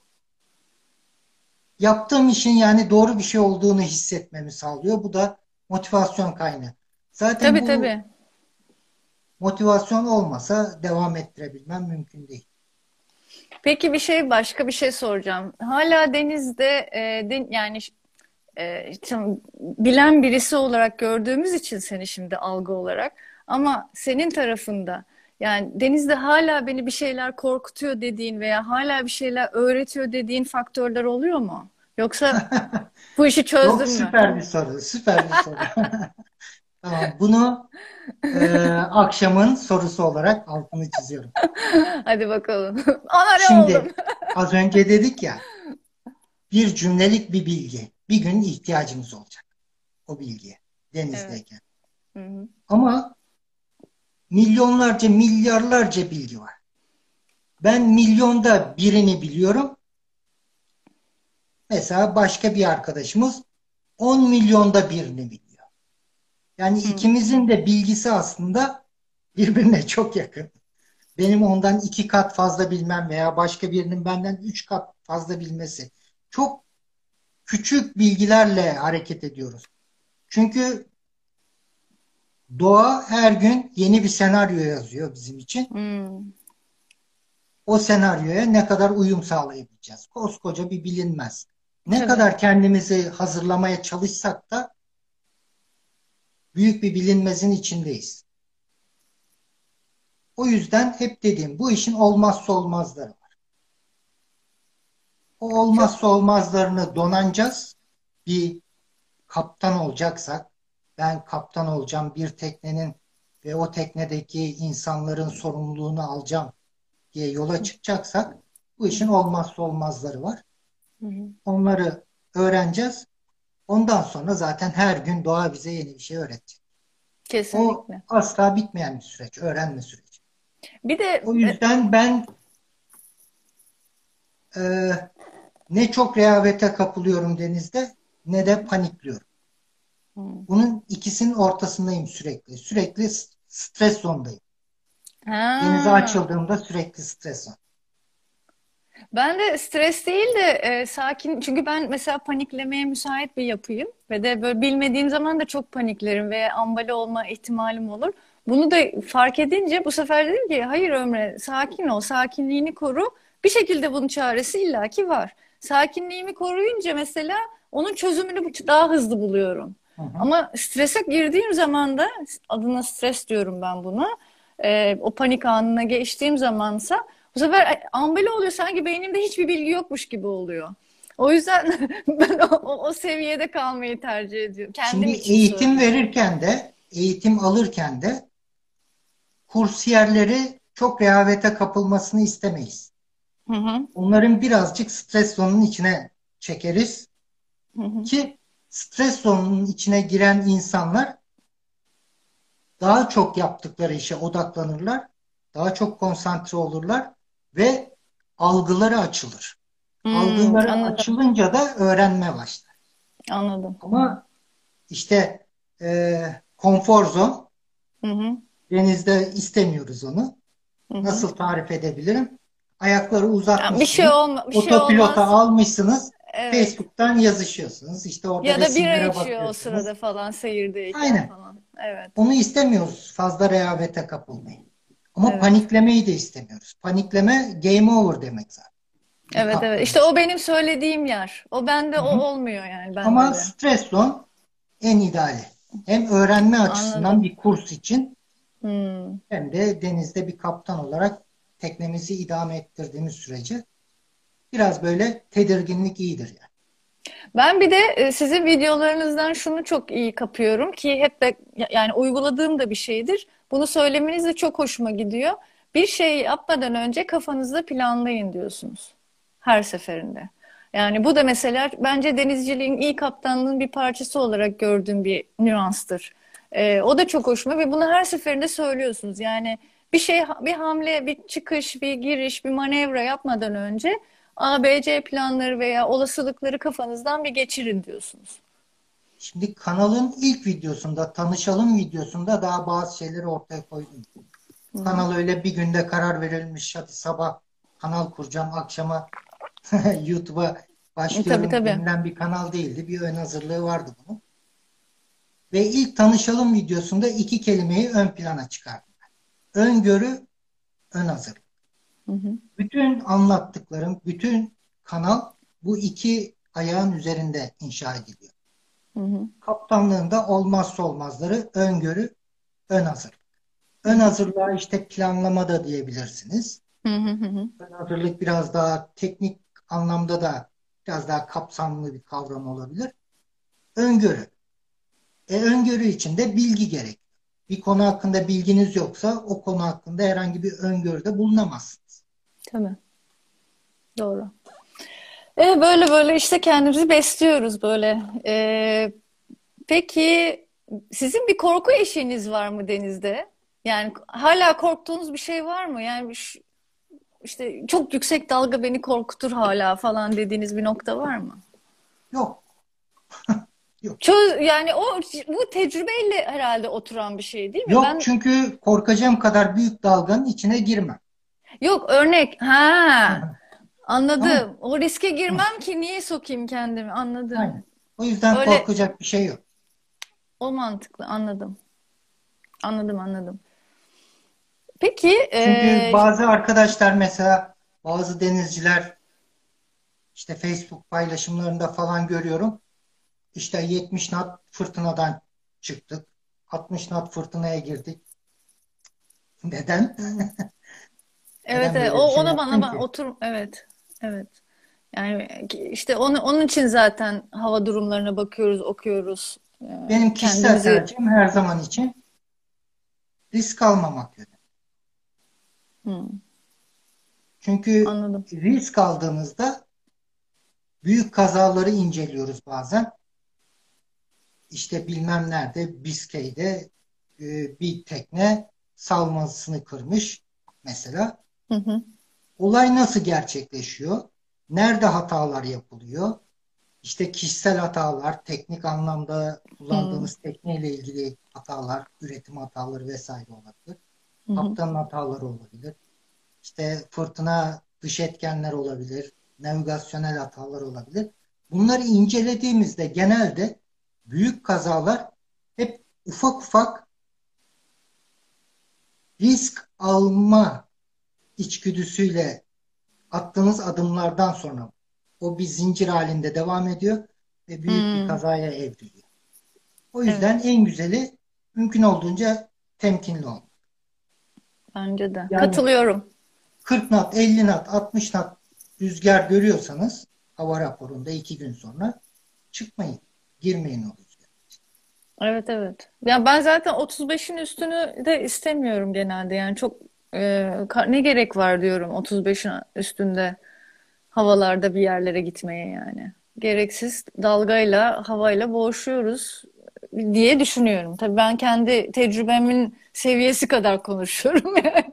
yaptığım işin yani doğru bir şey olduğunu hissetmemi sağlıyor. Bu da motivasyon kaynağı. Zaten Tabii bu tabii. motivasyon olmasa devam ettirebilmem mümkün değil. Peki bir şey başka bir şey soracağım. Hala denizde e, den- yani e, şimdi bilen birisi olarak gördüğümüz için seni şimdi algı olarak ama senin tarafında yani denizde hala beni bir şeyler korkutuyor dediğin veya hala bir şeyler öğretiyor dediğin faktörler oluyor mu? Yoksa bu işi Çok çözdün mü? süper bir soru, süper bir soru. Tamam, bunu e, akşamın sorusu olarak altını çiziyorum. Hadi bakalım. Ana ne oldum? Şimdi az önce dedik ya, bir cümlelik bir bilgi. Bir gün ihtiyacımız olacak o bilgiye Evet. denizdeyken. Hı hı. Ama milyonlarca, milyarlarca bilgi var. Ben milyonda birini biliyorum. Mesela başka bir arkadaşımız on milyonda birini biliyor. Yani Hı. ikimizin de bilgisi aslında birbirine çok yakın. Benim ondan iki kat fazla bilmem veya başka birinin benden üç kat fazla bilmesi. Çok küçük bilgilerle hareket ediyoruz. Çünkü doğa her gün yeni bir senaryo yazıyor bizim için. Hı. O senaryoya ne kadar uyum sağlayabileceğiz? Koskoca bir bilinmez. Ne Tabii. kadar kendimizi hazırlamaya çalışsak da büyük bir bilinmezin içindeyiz. O yüzden hep dediğim bu işin olmazsa olmazları var. O Çok. olmazsa olmazlarını donanacağız. Bir kaptan olacaksak, ben kaptan olacağım bir teknenin ve o teknedeki insanların sorumluluğunu alacağım diye yola çıkacaksak bu Hı işin olmazsa olmazları var. hı. Onları öğreneceğiz. Ondan sonra zaten her gün doğa bize yeni bir şey öğretecek. O Kesinlikle. asla bitmeyen bir süreç, öğrenme süreci. Bir de O e, yüzden ben e, ne çok rehavete kapılıyorum denizde ne de panikliyorum. hı. Bunun ikisinin ortasındayım sürekli. Sürekli stres zondayım. Denize Ha. açıldığımda sürekli stres zon. Ben de stres değil de e, sakin, çünkü ben mesela paniklemeye müsait bir yapıyım ve de böyle bilmediğim zaman da çok paniklerim ve ambale olma ihtimalim olur. Bunu da fark edince bu sefer dedim ki hayır Ömre, sakin ol, sakinliğini koru. Bir şekilde bunun çaresi illaki var. Sakinliğimi koruyunca mesela onun çözümünü bu- daha hızlı buluyorum. Hı hı. Ama strese girdiğim zaman da, adına stres diyorum ben buna. E, o panik anına geçtiğim zamansa bu sefer ambele oluyor, sanki beynimde hiçbir bilgi yokmuş gibi oluyor. O yüzden ben o, o, o seviyede kalmayı tercih ediyorum. Şimdi Kendim için eğitim söylüyorum. verirken de, eğitim alırken de kursiyerleri çok rehavete kapılmasını istemeyiz. Hı hı, Onların birazcık stres zonunun içine çekeriz hı hı. ki stres zonunun içine giren insanlar daha çok yaptıkları işe odaklanırlar, daha çok konsantre olurlar ve algıları açılır. Hmm, Algıları anladım, açılınca da öğrenme başlar. anladım. Ama işte e, konfor zon, Hı hı, denizde istemiyoruz onu. hı hı. Nasıl tarif edebilirim? Ayakları Ya bir şey uzatmışsınız, olma, bir şey otopilota olmaz. almışsınız, Evet. Facebook'tan yazışıyorsunuz. İşte orada Ya da bira resimlere içiyor o bakıyorsunuz. sırada falan, seyirdeyken Aynen. falan. Evet. Onu istemiyoruz. Fazla rehavete kapılmayı. Ama Evet. paniklemeyi de istemiyoruz. Panikleme game over demek zaten. Bir Evet, evet. kaptan İşte o için. benim söylediğim yer. O bende Hı o hı. olmuyor yani, bende Ama de. stres zone en ideali. Hem öğrenme açısından Anladım. bir kurs için Hmm. hem de denizde bir kaptan olarak teknemizi idame ettirdiğimiz sürece biraz böyle tedirginlik iyidir yani. Ben bir de e, sizin videolarınızdan şunu çok iyi kapıyorum ki hep de ya- yani uyguladığım da bir şeydir. Bunu söylemeniz de çok hoşuma gidiyor. Bir şey yapmadan önce kafanızda planlayın diyorsunuz. Her seferinde. Yani bu da mesela bence denizciliğin, iyi kaptanlığın bir parçası olarak gördüğüm bir nüanstır. E, o da çok hoşuma ve bunu her seferinde söylüyorsunuz. Yani bir şey, bir hamle, bir çıkış, bir giriş, bir manevra yapmadan önce A, B, C planları veya olasılıkları kafanızdan bir geçirin diyorsunuz. Şimdi kanalın ilk videosunda, tanışalım videosunda daha bazı şeyleri ortaya koydum. Hı hı. Kanal öyle bir günde karar verilmiş. Hadi sabah kanal kuracağım, akşama YouTube'a Tabii başlıyorum tabii. denilen bir kanal değildi. Bir ön hazırlığı vardı bunun. Ve ilk tanışalım videosunda iki kelimeyi ön plana çıkardım. Öngörü, ön hazırlık. Hı hı. Bütün anlattıklarım, bütün kanal bu iki ayağın üzerinde inşa ediliyor. Hı hı. Kaptanlığında olmazsa olmazları öngörü, ön hazırlık. Hı Ön hı. hazırlığa işte planlama da diyebilirsiniz. Hı hı. Hı hı. Ön hazırlık biraz daha teknik anlamda da biraz daha kapsamlı bir kavram olabilir. Öngörü. E, öngörü için de bilgi gerek. Bir konu hakkında bilginiz yoksa o konu hakkında herhangi bir öngörüde bulunamazsınız. Tabii. Doğru. E, böyle böyle işte kendimizi besliyoruz böyle. E, peki sizin bir korku eşiğiniz var mı denizde? Yani hala korktuğunuz bir şey var mı? Yani şu- işte çok yüksek dalga beni korkutur hala falan dediğiniz bir nokta var mı? Yok, yok. Çöz, yani o, bu tecrübeyle herhalde oturan bir şey değil mi? Yok Ben, çünkü korkacağım kadar büyük dalganın içine girmem. yok örnek. Ha, Hı, tamam. anladım. O riske Hı, girmem ki niye sokayım kendimi? Anladım. aynen. O yüzden Öyle, korkacak bir şey yok. o mantıklı. Anladım. Anladım, anladım. Peki, Çünkü e, bazı arkadaşlar mesela bazı denizciler işte Facebook paylaşımlarında falan görüyorum. İşte yetmiş knot fırtınadan çıktık. altmış knot fırtınaya girdik. Neden? evet, Neden evet, o böyle bir şey ona bana yaptın bana ki? otur, evet, evet. Yani işte onu, onun için zaten hava durumlarına bakıyoruz, okuyoruz. E, Benim kişisel kendimizi. tercihim her zaman için risk almamak yönü. Hmm, Çünkü anladım. risk aldığımızda büyük kazaları inceliyoruz bazen. İşte bilmem nerede Biskey'de e, bir tekne salmasını kırmış mesela. Hı hı, Olay nasıl gerçekleşiyor? Nerede hatalar yapılıyor? İşte kişisel hatalar, teknik anlamda hı kullandığınız tekneyle ilgili hatalar, üretim hataları vesaire olabilir. hı, hı Kaptanın hataları olabilir. İşte fırtına dış etkenler olabilir, navigasyonel hatalar olabilir. Bunları incelediğimizde genelde büyük kazalar hep ufak ufak risk alma içgüdüsüyle attığınız adımlardan sonra o bir zincir halinde devam ediyor ve büyük bir Hmm, kazaya evriliyor. O yüzden evet, en güzeli mümkün olduğunca temkinli olmak. bence de. Yani Katılıyorum. kırk knot, elli knot, altmış knot rüzgar görüyorsanız hava raporunda iki gün sonra çıkmayın. Girmeyin o rüzgara. Evet, evet. Ya ben zaten otuz beşin üstünü de istemiyorum genelde. Yani çok e, ka- ne gerek var diyorum otuz beşin üstünde havalarda bir yerlere gitmeye yani. Gereksiz dalgayla, havayla boğuşuyoruz diye düşünüyorum. Tabii ben kendi tecrübemin seviyesi kadar konuşuyorum yani.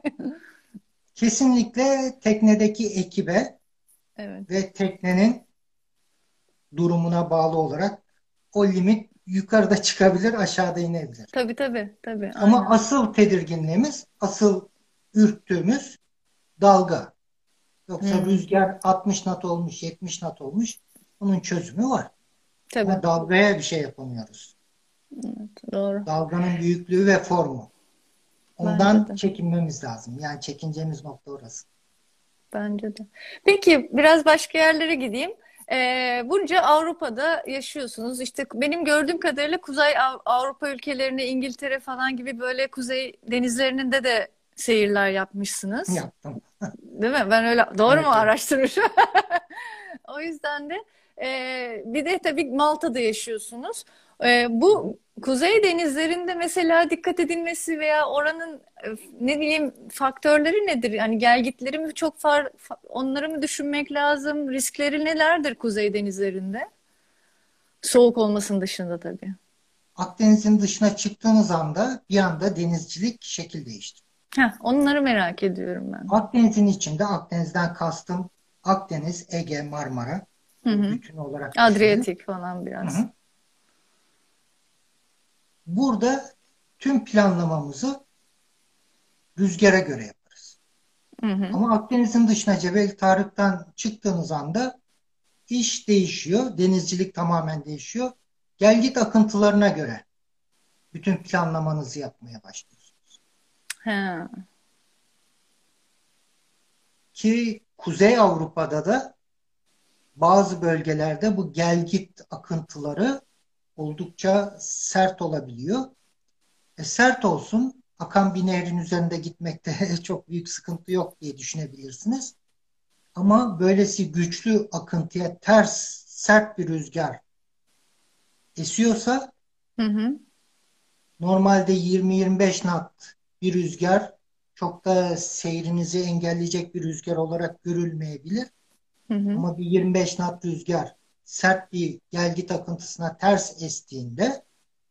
Kesinlikle teknedeki ekibe Evet. ve teknenin durumuna bağlı olarak o limit yukarıda çıkabilir, aşağıda inebilir. Tabii, tabii, tabii, Ama aynen. asıl tedirginliğimiz, asıl ürktüğümüz dalga. Yoksa Hmm, rüzgar altmış knot olmuş, yetmiş knot olmuş. Bunun çözümü var. tabii. Ama dalgaya bir şey yapamıyoruz. Evet, doğru. Dalganın büyüklüğü ve formu. Bence Ondan de. çekinmemiz lazım. Yani çekineceğimiz nokta orası. Bence de. Peki biraz başka yerlere gideyim. Ee, bunca Avrupa'da yaşıyorsunuz. İşte benim gördüğüm kadarıyla Kuzey Av- Avrupa ülkelerine, İngiltere falan gibi böyle kuzey denizlerinde de seyirler yapmışsınız. Yaptım. Değil mi? Ben öyle doğru mu Evet, evet. araştırmışım? O yüzden de e, bir de tabii Malta'da yaşıyorsunuz. E, Hı hı. bu kuzey denizlerinde mesela dikkat edilmesi veya oranın e, ne bileyim faktörleri nedir? Yani gelgitleri mi çok far, fa- onları mı düşünmek lazım? Riskleri nelerdir kuzey denizlerinde? Soğuk olmasının dışında tabii. Akdeniz'in dışına çıktığınız anda bir anda denizcilik şekil değişti. Heh, onları merak ediyorum ben. Akdeniz'in içinde Akdeniz'den kastım Akdeniz, Ege, Marmara. Hı Bu hı. bütün olarak düşünün. Adriyatik falan Hı biraz. hı. Burada tüm planlamamızı rüzgara göre yaparız. Hı hı. Ama Akdeniz'in dışına Cebel Tarık'tan çıktığınız anda iş değişiyor. Denizcilik tamamen değişiyor. Gelgit akıntılarına göre bütün planlamanızı yapmaya başlıyorsunuz. He. Ki Kuzey Avrupa'da da bazı bölgelerde bu gelgit akıntıları oldukça sert olabiliyor. E, sert olsun, akan bir nehrin üzerinde gitmekte çok büyük sıkıntı yok diye düşünebilirsiniz. Ama böylesi güçlü akıntıya ters, sert bir rüzgar esiyorsa Hı hı. normalde yirmi yirmi beş knot bir rüzgar çok da seyrinizi engelleyecek bir rüzgar olarak görülmeyebilir. Hı hı. Ama bir yirmi beş knot rüzgar sert bir gelgit akıntısına ters estiğinde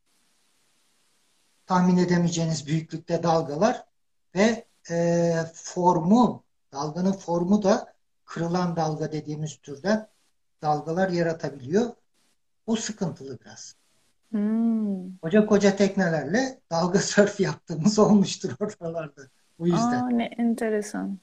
tahmin edemeyeceğiniz büyüklükte dalgalar ve e, formu, dalganın formu da kırılan dalga dediğimiz türden dalgalar yaratabiliyor. O sıkıntılı biraz. Hmm. Koca koca teknelerle dalga sörf yaptığımız olmuştur oralarda. Bu yüzden. Aa, ne enteresan.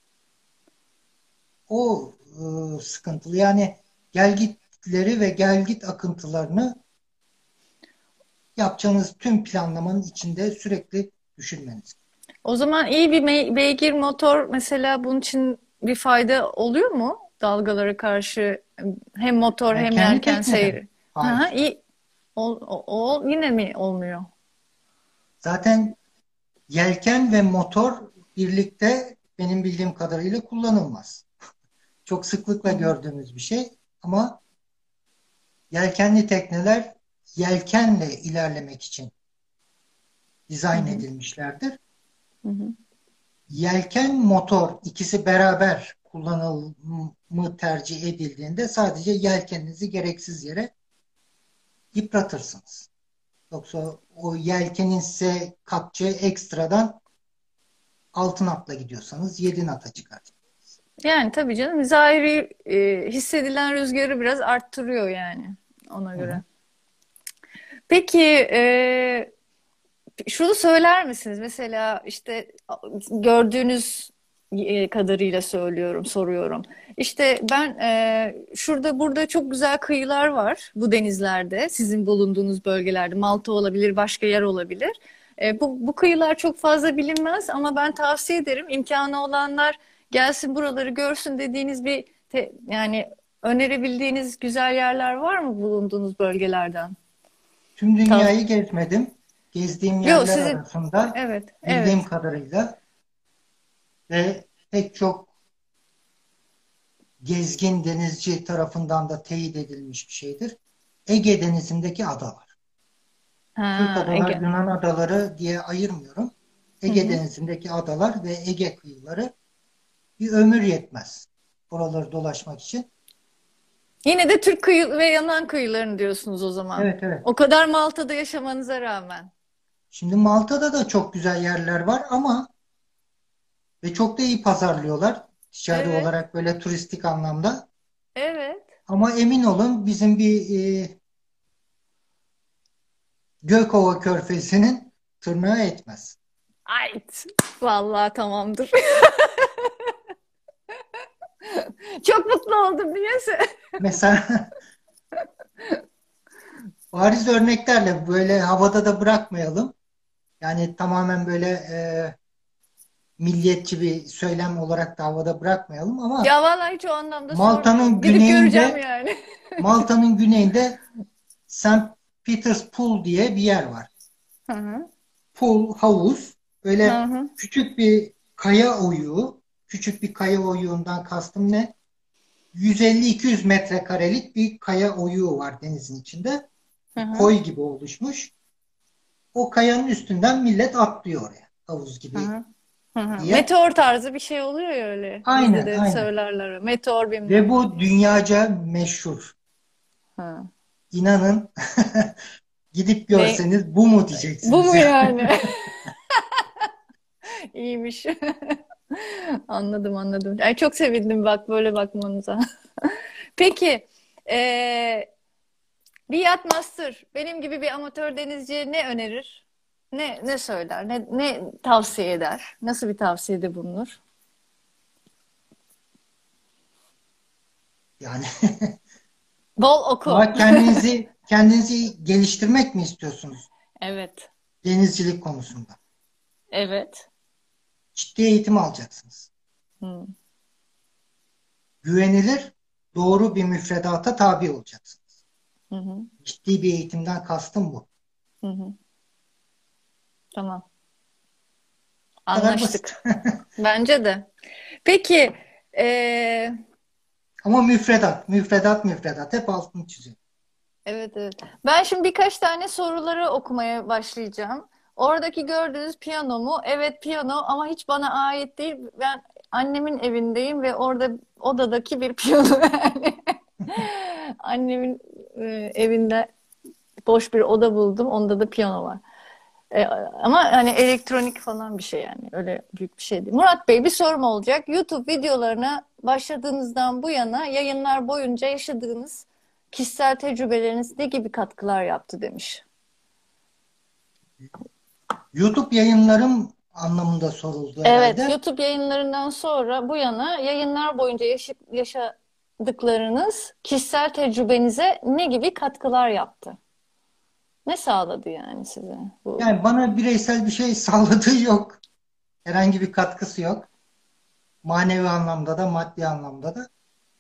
O e, sıkıntılı. Yani gelgitleri ve gelgit akıntılarını yapacağınız tüm planlamanın içinde sürekli düşünmeniz. O zaman iyi bir me- beygir motor mesela bunun için bir fayda oluyor mu? Dalgalara karşı hem motor hem Yelkenli yelken tekneden. seyri. Hı hı, Hayır. iyi. O, o, o yine mi olmuyor? Zaten yelken ve motor birlikte benim bildiğim kadarıyla kullanılmaz. Çok Hı sıklıkla hı, gördüğümüz bir şey ama yelkenli tekneler yelkenle ilerlemek için hı dizayn hı, edilmişlerdir. hı hı. Yelken motor ikisi beraber kullanımı tercih edildiğinde sadece yelkeninizi gereksiz yere yıpratırsınız. Yoksa o yelkenin size katacağı ekstradan altı natla gidiyorsanız yedi nata çıkar. Yani tabii canım zahiri e, hissedilen rüzgarı biraz arttırıyor yani ona Hı göre. hı. Peki e, şunu söyler misiniz? Mesela işte gördüğünüz e, kadarıyla söylüyorum, soruyorum. İşte ben e, şurada burada çok güzel kıyılar var bu denizlerde, sizin bulunduğunuz bölgelerde. Malta olabilir, başka yer olabilir. E, bu, bu kıyılar çok fazla bilinmez ama ben tavsiye ederim. İmkanı olanlar gelsin buraları görsün dediğiniz bir te- yani önerebildiğiniz güzel yerler var mı bulunduğunuz bölgelerden? Tüm Tav dünyayı gezmedim. Gezdiğim Yok yerler sizin arasında evet bildiğim evet. kadarıyla ve pek çok gezgin denizci tarafından da teyit edilmiş bir şeydir. Ege Denizi'ndeki adalar. Türk Ha adalar, Ege. Yunan adaları diye ayırmıyorum. Hı Ege hı. Denizi'ndeki adalar ve Ege kıyıları bir ömür yetmez oraları dolaşmak için. Yine de Türk kıyı ve Yunan kıyılarını diyorsunuz o zaman. Evet, evet. O kadar Malta'da yaşamanıza rağmen. Şimdi Malta'da da çok güzel yerler var ama ve çok da iyi pazarlıyorlar ticari Evet, olarak böyle turistik anlamda. evet. Ama emin olun bizim bir e, Gökova Körfezi'nin tırnağı etmez. Ait. Vallahi tamamdır. Çok mutlu oldum niyeyse. Mesela bariz örneklerle böyle havada da bırakmayalım. Yani tamamen böyle e, milliyetçi bir söylem olarak da havada bırakmayalım ama Ya vallahi hiç o anlamda Malta'nın sormuyorum. Gidip göreceğim güneyinde yani. Malta'nın güneyinde Saint Peter's Pool diye bir yer var. Hı hı. Pool, havuz, Hı böyle hı. küçük bir kaya oyuğu, küçük bir kaya oyuğundan kastım ne? yüz elli iki yüz metrekarelik bir kaya oyuğu var denizin içinde. Hı Bir hı. koy gibi oluşmuş. O kayanın üstünden millet atlıyor oraya. Havuz Hı gibi hı. Hı hı. diye. Meteor tarzı bir şey oluyor ya öyle. Bizde Aynen, de aynen. söylerler. Meteor Ve bilmem ne. bu dünyaca meşhur. Hı. İnanın gidip Ne? görseniz bu mu Bu diyeceksiniz mu yani. yani? İyiymiş. Anladım anladım. Ay, çok sevindim bak böyle bakmanıza. Peki eee bir yacht master benim gibi bir amatör denizciye ne önerir? Ne ne söyler? Ne ne tavsiye eder? Nasıl bir tavsiyede bulunur? Yani Bol oku. daha kendinizi kendinizi geliştirmek mi istiyorsunuz Evet. denizcilik konusunda? Evet. Ciddi eğitim alacaksınız. Hı, Güvenilir, doğru bir müfredata tabi olacaksınız. hı, hı, Ciddi bir eğitimden kastım bu. hı, hı. Tamam. Bu kadar basit. Anlaştık. Bence de. Peki eee, Ama müfredat, müfredat, müfredat. Hep altını çiziyorum. evet evet. Ben şimdi birkaç tane soruları okumaya başlayacağım. Oradaki gördüğünüz piyano mu? Evet piyano ama hiç bana ait değil. Ben annemin evindeyim ve orada odadaki bir piyano yani. Annemin e, evinde boş bir oda buldum. Onda da piyano var. E, ama hani elektronik falan bir şey yani. Öyle büyük bir şey değil. Murat Bey bir sorum olacak. YouTube videolarına başladığınızdan bu yana yayınlar boyunca yaşadığınız kişisel tecrübeleriniz ne gibi katkılar yaptı demiş. YouTube yayınlarım anlamında soruldu Evet, herhalde. YouTube yayınlarından sonra bu yana yayınlar boyunca yaşı- yaşadıklarınız kişisel tecrübenize ne gibi katkılar yaptı? Ne sağladı yani size bu? Yani bana bireysel bir şey sağladığı yok. Herhangi bir katkısı yok. Manevi anlamda da, maddi anlamda da.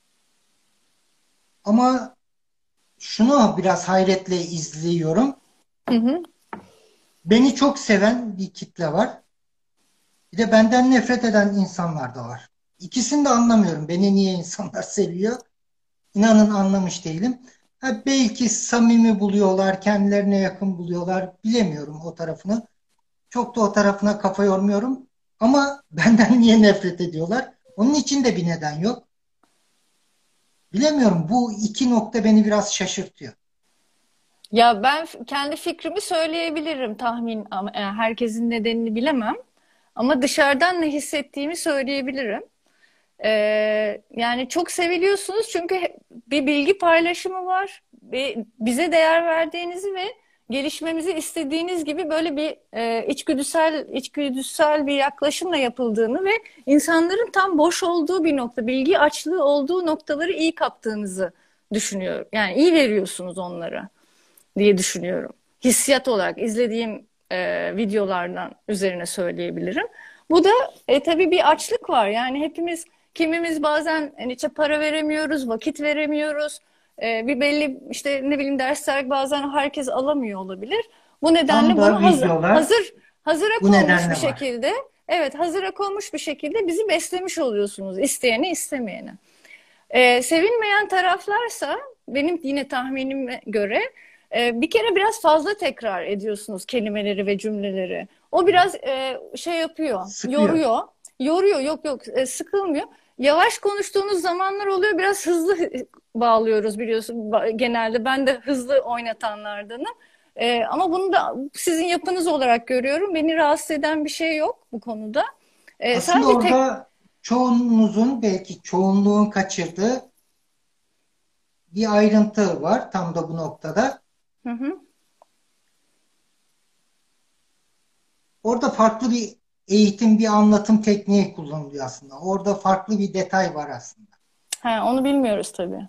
Ama şunu biraz hayretle izliyorum. Hı hı, Beni çok seven bir kitle var. Bir de benden nefret eden insanlar da var. İkisini de anlamıyorum. Beni niye insanlar seviyor? İnanın anlamış değilim. Ha, belki samimi buluyorlar, kendilerine yakın buluyorlar. Bilemiyorum o tarafını. Çok da o tarafına kafa yormuyorum. Ama benden niye nefret ediyorlar? Onun için de bir neden yok. Bilemiyorum. Bu iki nokta beni biraz şaşırtıyor. ya ben f- kendi fikrimi söyleyebilirim tahmin ama e, herkesin nedenini bilemem. Ama dışarıdan ne hissettiğimi söyleyebilirim. Ee, yani çok seviliyorsunuz çünkü he- bir bilgi paylaşımı var ve bize değer verdiğinizi ve gelişmemizi istediğiniz gibi böyle bir e, içgüdüsel içgüdüsel bir yaklaşımla yapıldığını ve insanların tam boş olduğu bir nokta, bilgi açlığı olduğu noktaları iyi kaptığınızı düşünüyorum. Yani iyi veriyorsunuz onlara diye düşünüyorum. Hissiyat olarak izlediğim e, videolardan üzerine söyleyebilirim. Bu da e, tabii bir açlık var. Yani hepimiz, kimimiz bazen hani işte para veremiyoruz, vakit veremiyoruz. E, bir belli işte ne bileyim dersler bazen herkes alamıyor olabilir. Bu Tam nedenle da bunu hazır videolar hazır hazıra bu konmuş bir nedenle var. şekilde, evet hazıra konmuş bir şekilde bizi beslemiş oluyorsunuz, isteyeni istemeyeni. Ee, sevilmeyen taraflarsa benim yine tahminime göre e, bir kere biraz fazla tekrar ediyorsunuz kelimeleri ve cümleleri. O biraz e, şey yapıyor, Sıkıyor. yoruyor. Yoruyor, yok yok e, sıkılmıyor. Yavaş konuştuğunuz zamanlar oluyor. Biraz hızlı bağlıyoruz biliyorsun ba- genelde. Ben de hızlı oynatanlardanım. E, ama bunu da sizin yapınız olarak görüyorum. Beni rahatsız eden bir şey yok bu konuda. E, Aslında sadece tek... orada çoğunuzun belki çoğunluğun kaçırdığı bir ayrıntı var tam da bu noktada. Hı hı. Orada farklı bir eğitim, bir anlatım tekniği kullanılıyor aslında. Orada farklı bir detay var aslında. Ha, onu bilmiyoruz tabii.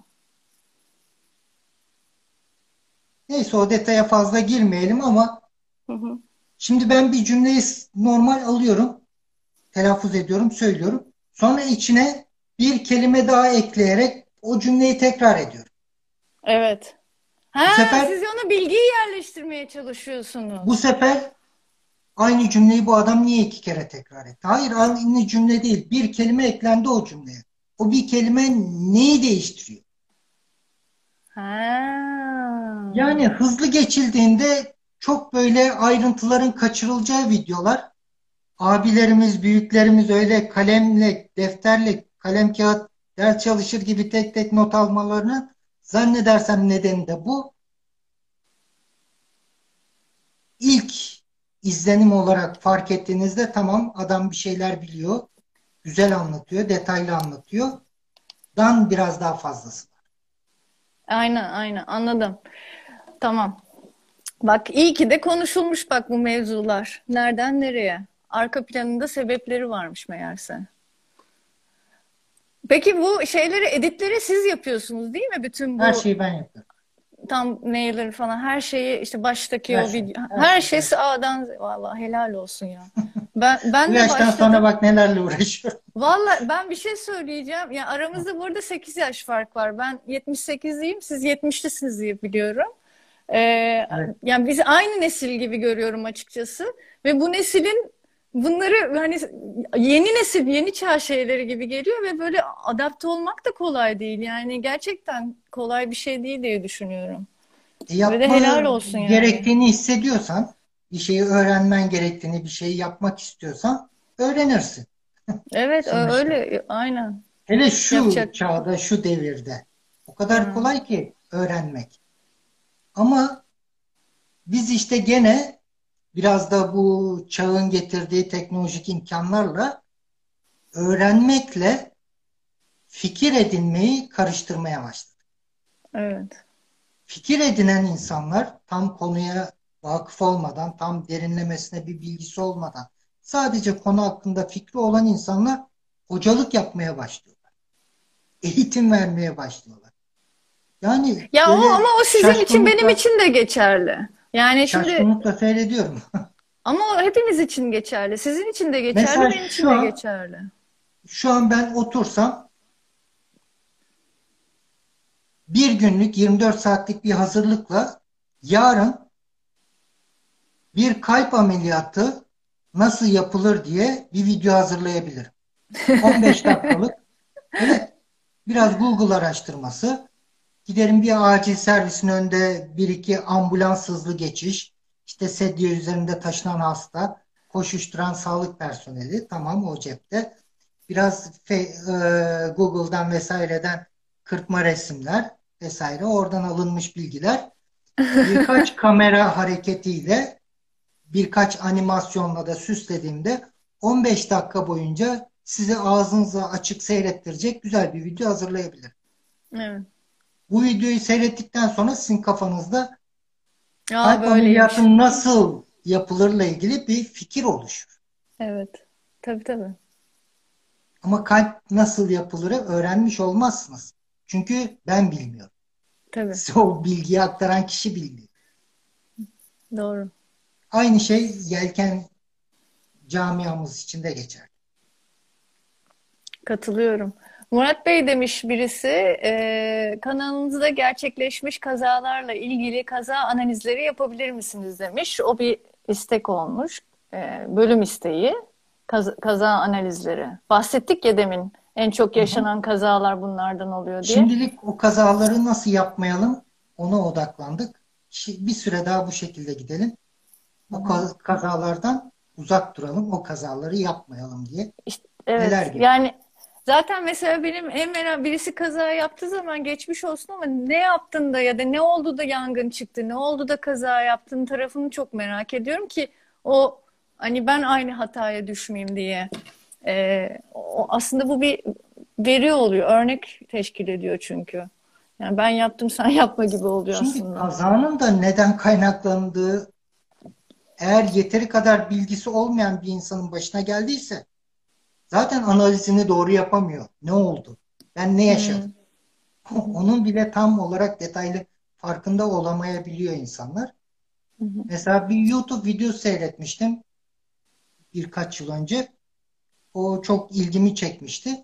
Neyse o detaya fazla girmeyelim ama Hı hı. şimdi ben bir cümleyi normal alıyorum, telaffuz ediyorum, söylüyorum. Sonra içine bir kelime daha ekleyerek o cümleyi tekrar ediyorum. Evet. Bu Ha, sefer siz ona bilgiyi yerleştirmeye bu çalışıyorsunuz. sefer aynı cümleyi bu adam niye iki kere tekrar etti? Hayır, aynı cümle değil. Bir kelime eklendi o cümleye. O bir kelime neyi değiştiriyor? Ha. Yani hızlı geçildiğinde çok böyle ayrıntıların kaçırılacağı videolar. Abilerimiz, büyüklerimiz öyle kalemle, defterle, kalem kağıt ders çalışır gibi tek tek not almalarını zannedersem nedeni de bu. İlk izlenim olarak fark ettiğinizde tamam adam bir şeyler biliyor, güzel anlatıyor, detaylı anlatıyor. Dan biraz daha fazlası var. Aynen, aynen anladım. Tamam. Bak iyi ki de konuşulmuş bak bu mevzular. Nereden nereye? Arka planında sebepleri varmış meğerse. Peki bu şeyleri, editleri siz yapıyorsunuz değil mi? Bütün Her bu şeyi ben yapıyorum. thumbnail'leri falan her şeyi işte baştaki Her o şey, video her her şey, her şeysi şey. A'dan vallahi helal olsun ya. Ben Bu ben de yaştan sonra başladım. bak nelerle uğraşıyorum. Vallahi ben bir şey söyleyeceğim. Ya aramızda burada sekiz yaş fark var. Ben yetmiş sekizliyim, siz yetmişlisiniz diye biliyorum. Ee, Evet. Yani bizi aynı nesil gibi görüyorum açıkçası. Ve bu neslin bunları hani yeni nesil, yeni çağ şeyleri gibi geliyor ve böyle adapte olmak da kolay değil. Yani gerçekten kolay bir şey değil diye düşünüyorum. E, Ve de yapma helal olsun yani. gerektiğini hissediyorsan, bir şeyi öğrenmen gerektiğini, bir şeyi yapmak istiyorsan öğrenirsin Evet, ö- sonuçta. öyle aynen. Hele şu Yapacak. çağda, şu devirde o kadar Ha, kolay ki öğrenmek. Ama biz işte gene biraz da bu çağın getirdiği teknolojik imkanlarla öğrenmekle fikir edinmeyi karıştırmaya başladık. evet. Fikir edinen insanlar tam konuya vakıf olmadan, tam derinlemesine bir bilgisi olmadan sadece konu hakkında fikri olan insanlar hocalık yapmaya başlıyorlar. Eğitim vermeye başlıyorlar. Yani Ya o ama böyle o sizin için benim şaşkınlıkla için de geçerli. Yani şimdi şaşkınlıkla seyrediyorum. ama o hepimiz için geçerli. Sizin için de geçerli, Mesela benim için şu de an geçerli. şu an ben otursam bir günlük yirmi dört saatlik bir hazırlıkla yarın bir kalp ameliyatı nasıl yapılır diye bir video hazırlayabilirim. on beş dakikalık. Evet. Biraz Google araştırması. Giderim bir acil servisin önünde bir iki ambulans hızlı geçiş. İşte sedye üzerinde taşınan hasta. Koşuşturan sağlık personeli. Tamam o cepte. Biraz fe- e, Google'dan vesaireden kırpma resimler vesaire. Oradan alınmış bilgiler. Birkaç kamera hareketiyle birkaç animasyonla da süslediğimde on beş dakika boyunca sizi ağzınıza açık seyrettirecek güzel bir video hazırlayabilirim. Evet. Bu videoyu seyrettikten sonra sizin kafanızda Aa, Kalp böyleymiş. ameliyatı nasıl yapılırla ilgili bir fikir oluşur. Evet. Tabii tabii. Ama kalp nasıl yapılırı öğrenmiş olmazsınız. Çünkü ben bilmiyorum. Tabii. Size o bilgiyi aktaran kişi bilmiyor. Doğru. Aynı şey yelken camiamız için de geçer. Katılıyorum. Murat Bey demiş birisi, e, kanalınızda gerçekleşmiş kazalarla ilgili kaza analizleri yapabilir misiniz demiş. O bir istek olmuş. E, bölüm isteği. Kaz- kaza analizleri. Bahsettik ya demin en çok Hı hı. yaşanan kazalar bunlardan oluyor diye. Şimdilik o kazaları nasıl yapmayalım ona odaklandık. Şi- Bir süre daha bu şekilde gidelim. Hı O hı. ka- kazalardan uzak duralım. O kazaları yapmayalım diye. İşte, Neler evet gibi. yani zaten mesela benim en merak birisi kaza yaptığı zaman geçmiş olsun ama ne yaptın da ya da ne oldu da yangın çıktı, ne oldu da kaza yaptın tarafını çok merak ediyorum ki o hani ben aynı hataya düşmeyeyim diye. Ee, o, aslında bu bir veri oluyor, örnek teşkil ediyor çünkü. Yani ben yaptım sen yapma gibi oluyor Şimdi aslında. kazanın da neden kaynaklandığı eğer yeteri kadar bilgisi olmayan bir insanın başına geldiyse zaten analizini doğru yapamıyor. Ne oldu? Ben ne yaşadım? Hmm. Hı hı. Onun bile tam olarak detaylı farkında olamayabiliyor insanlar. Hı hı. Mesela bir YouTube videosu seyretmiştim birkaç yıl önce. O çok ilgimi çekmişti.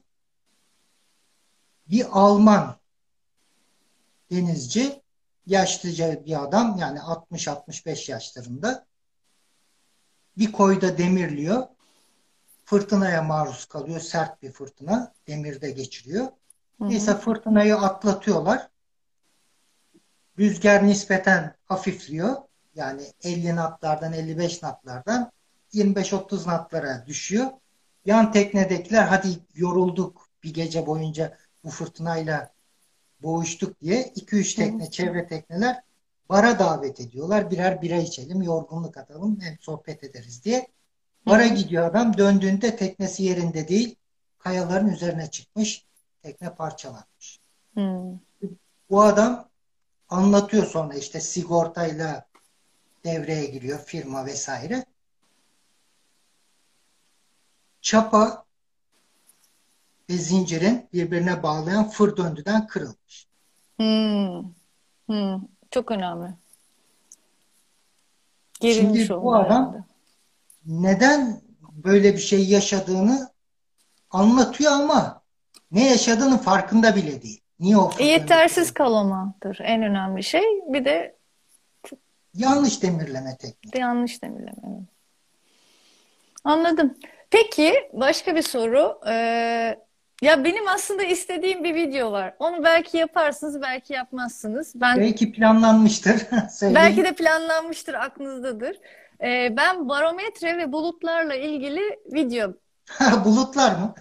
Bir Alman denizci, yaşlıca bir adam yani altmış altmış beş yaşlarında bir koyda demirliyor. Fırtınaya maruz kalıyor. Sert bir fırtına. Demirde geçiriyor. Hı hı. Neyse fırtınayı atlatıyorlar. Rüzgar nispeten hafifliyor. Yani elli knotlardan elli beş knotlardan yirmi beş otuz knotlara düşüyor. Yan teknedekiler hadi yorulduk bir gece boyunca bu fırtınayla boğuştuk diye iki üç Hı hı. tekne çevre tekneler bara davet ediyorlar. Birer bira içelim, yorgunluk atalım, hem sohbet ederiz diye. Hı Bara hı. gidiyor adam. Döndüğünde teknesi yerinde değil. Kayaların üzerine çıkmış. Tekne parçalanmış. Hı. Bu adam anlatıyor sonra işte sigortayla devreye giriyor firma vesaire. Çapa ve zincirin birbirine bağlayan fır döndüden kırılmış. Hı. Hı. Çok önemli. Gerilmiş Şimdi bu oldu adam herhalde. neden böyle bir şey yaşadığını anlatıyor ama ne yaşadığının farkında bile değil. Niye o E, fır döndü yetersiz kırıldı? kalamadır en önemli şey. Bir de Yanlış demirleme de tekniği. yanlış demirleme. Evet. Anladım. Peki başka bir soru. Ee, ya benim aslında istediğim bir video var. Onu belki yaparsınız, belki yapmazsınız. Ben Belki planlanmıştır. belki Söyleyin. de planlanmıştır, aklınızdadır. Ee, ben barometre ve bulutlarla ilgili video. Bulutlar mı?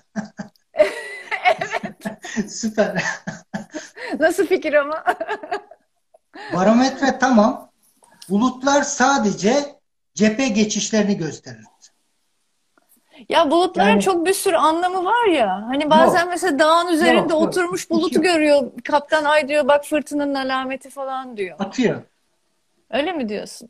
Süper. Nasıl fikir ama? Barometre tamam. Bulutlar sadece cephe geçişlerini gösterir. Ya bulutların Yani çok bir sürü anlamı var ya. Hani bazen yok, mesela dağın üzerinde yok, yok. oturmuş Hiç bulutu yok. görüyor. Kaptan ay diyor bak fırtınanın alameti falan diyor. Atıyor. Öyle mi diyorsun?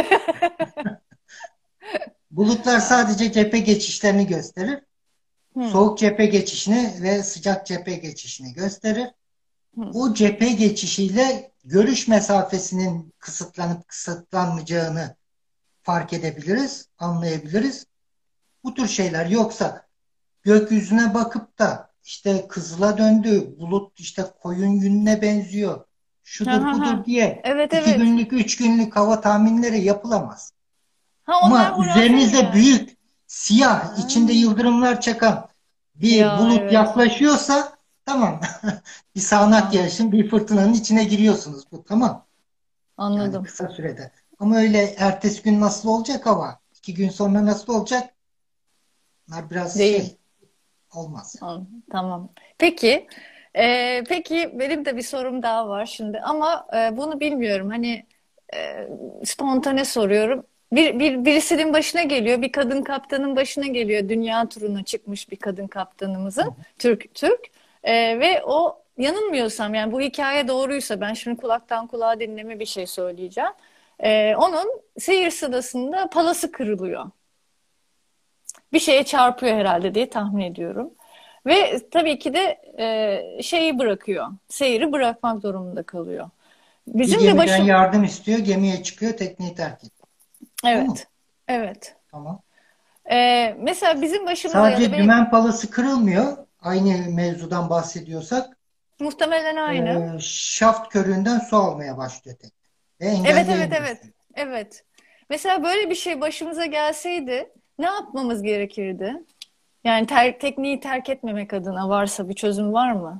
Bulutlar sadece cephe geçişlerini gösterir. Hmm, Soğuk cephe geçişini ve sıcak cephe geçişini gösterir. hmm. O cephe geçişiyle görüş mesafesinin kısıtlanıp kısıtlanmayacağını fark edebiliriz, anlayabiliriz. Bu tür şeyler yoksa gökyüzüne bakıp da işte kızıla döndü, bulut işte koyun yününe benziyor, Ha, şudur ha, budur ha. diye Evet iki evet. günlük, üç günlük hava tahminleri yapılamaz. Ha onlar Ama hurafe mi üzerinize yani? büyük, siyah, içinde Ha. yıldırımlar çakan bir Ya bulut evet. yaklaşıyorsa tamam. Bir sağanak Anladım. yağışın, bir fırtınanın içine giriyorsunuz. Bu tamam. Yani Anladım. kısa sürede. Ama öyle ertesi gün nasıl olacak hava? İki gün sonra nasıl olacak? Bunlar biraz Değil. şey olmaz. An- Tamam. Peki. Ee, peki benim de bir sorum daha var şimdi ama e, bunu bilmiyorum. Hani e, spontane soruyorum. Bir, bir birisinin başına geliyor, bir kadın kaptanın başına geliyor. Dünya turuna çıkmış bir kadın kaptanımızın, Türk Türk. Ee, ve o yanılmıyorsam yani bu hikaye doğruysa ben şimdi kulaktan kulağa dinleme bir şey söyleyeceğim. Ee, onun seyir sırasında palası kırılıyor. Bir şeye çarpıyor herhalde diye tahmin ediyorum. Ve tabii ki de e, şeyi bırakıyor. Seyri bırakmak durumunda kalıyor. Bir Bizim de gemiden başım... yardım istiyor, gemiye çıkıyor, tekneyi terk ediyor. O mu? Evet. Evet. Tamam. Ee, mesela bizim başımıza ya da Sadece benim dümen palası kırılmıyor. Aynı mevzudan bahsediyorsak muhtemelen aynı. e, şaft körüğünden su almaya başlıyor tekne. Ve Evet, evet, engelleyemiyor evet. suyu. Evet. Mesela böyle bir şey başımıza gelseydi ne yapmamız gerekirdi? Yani ter, tekniği terk etmemek adına varsa bir çözüm var mı?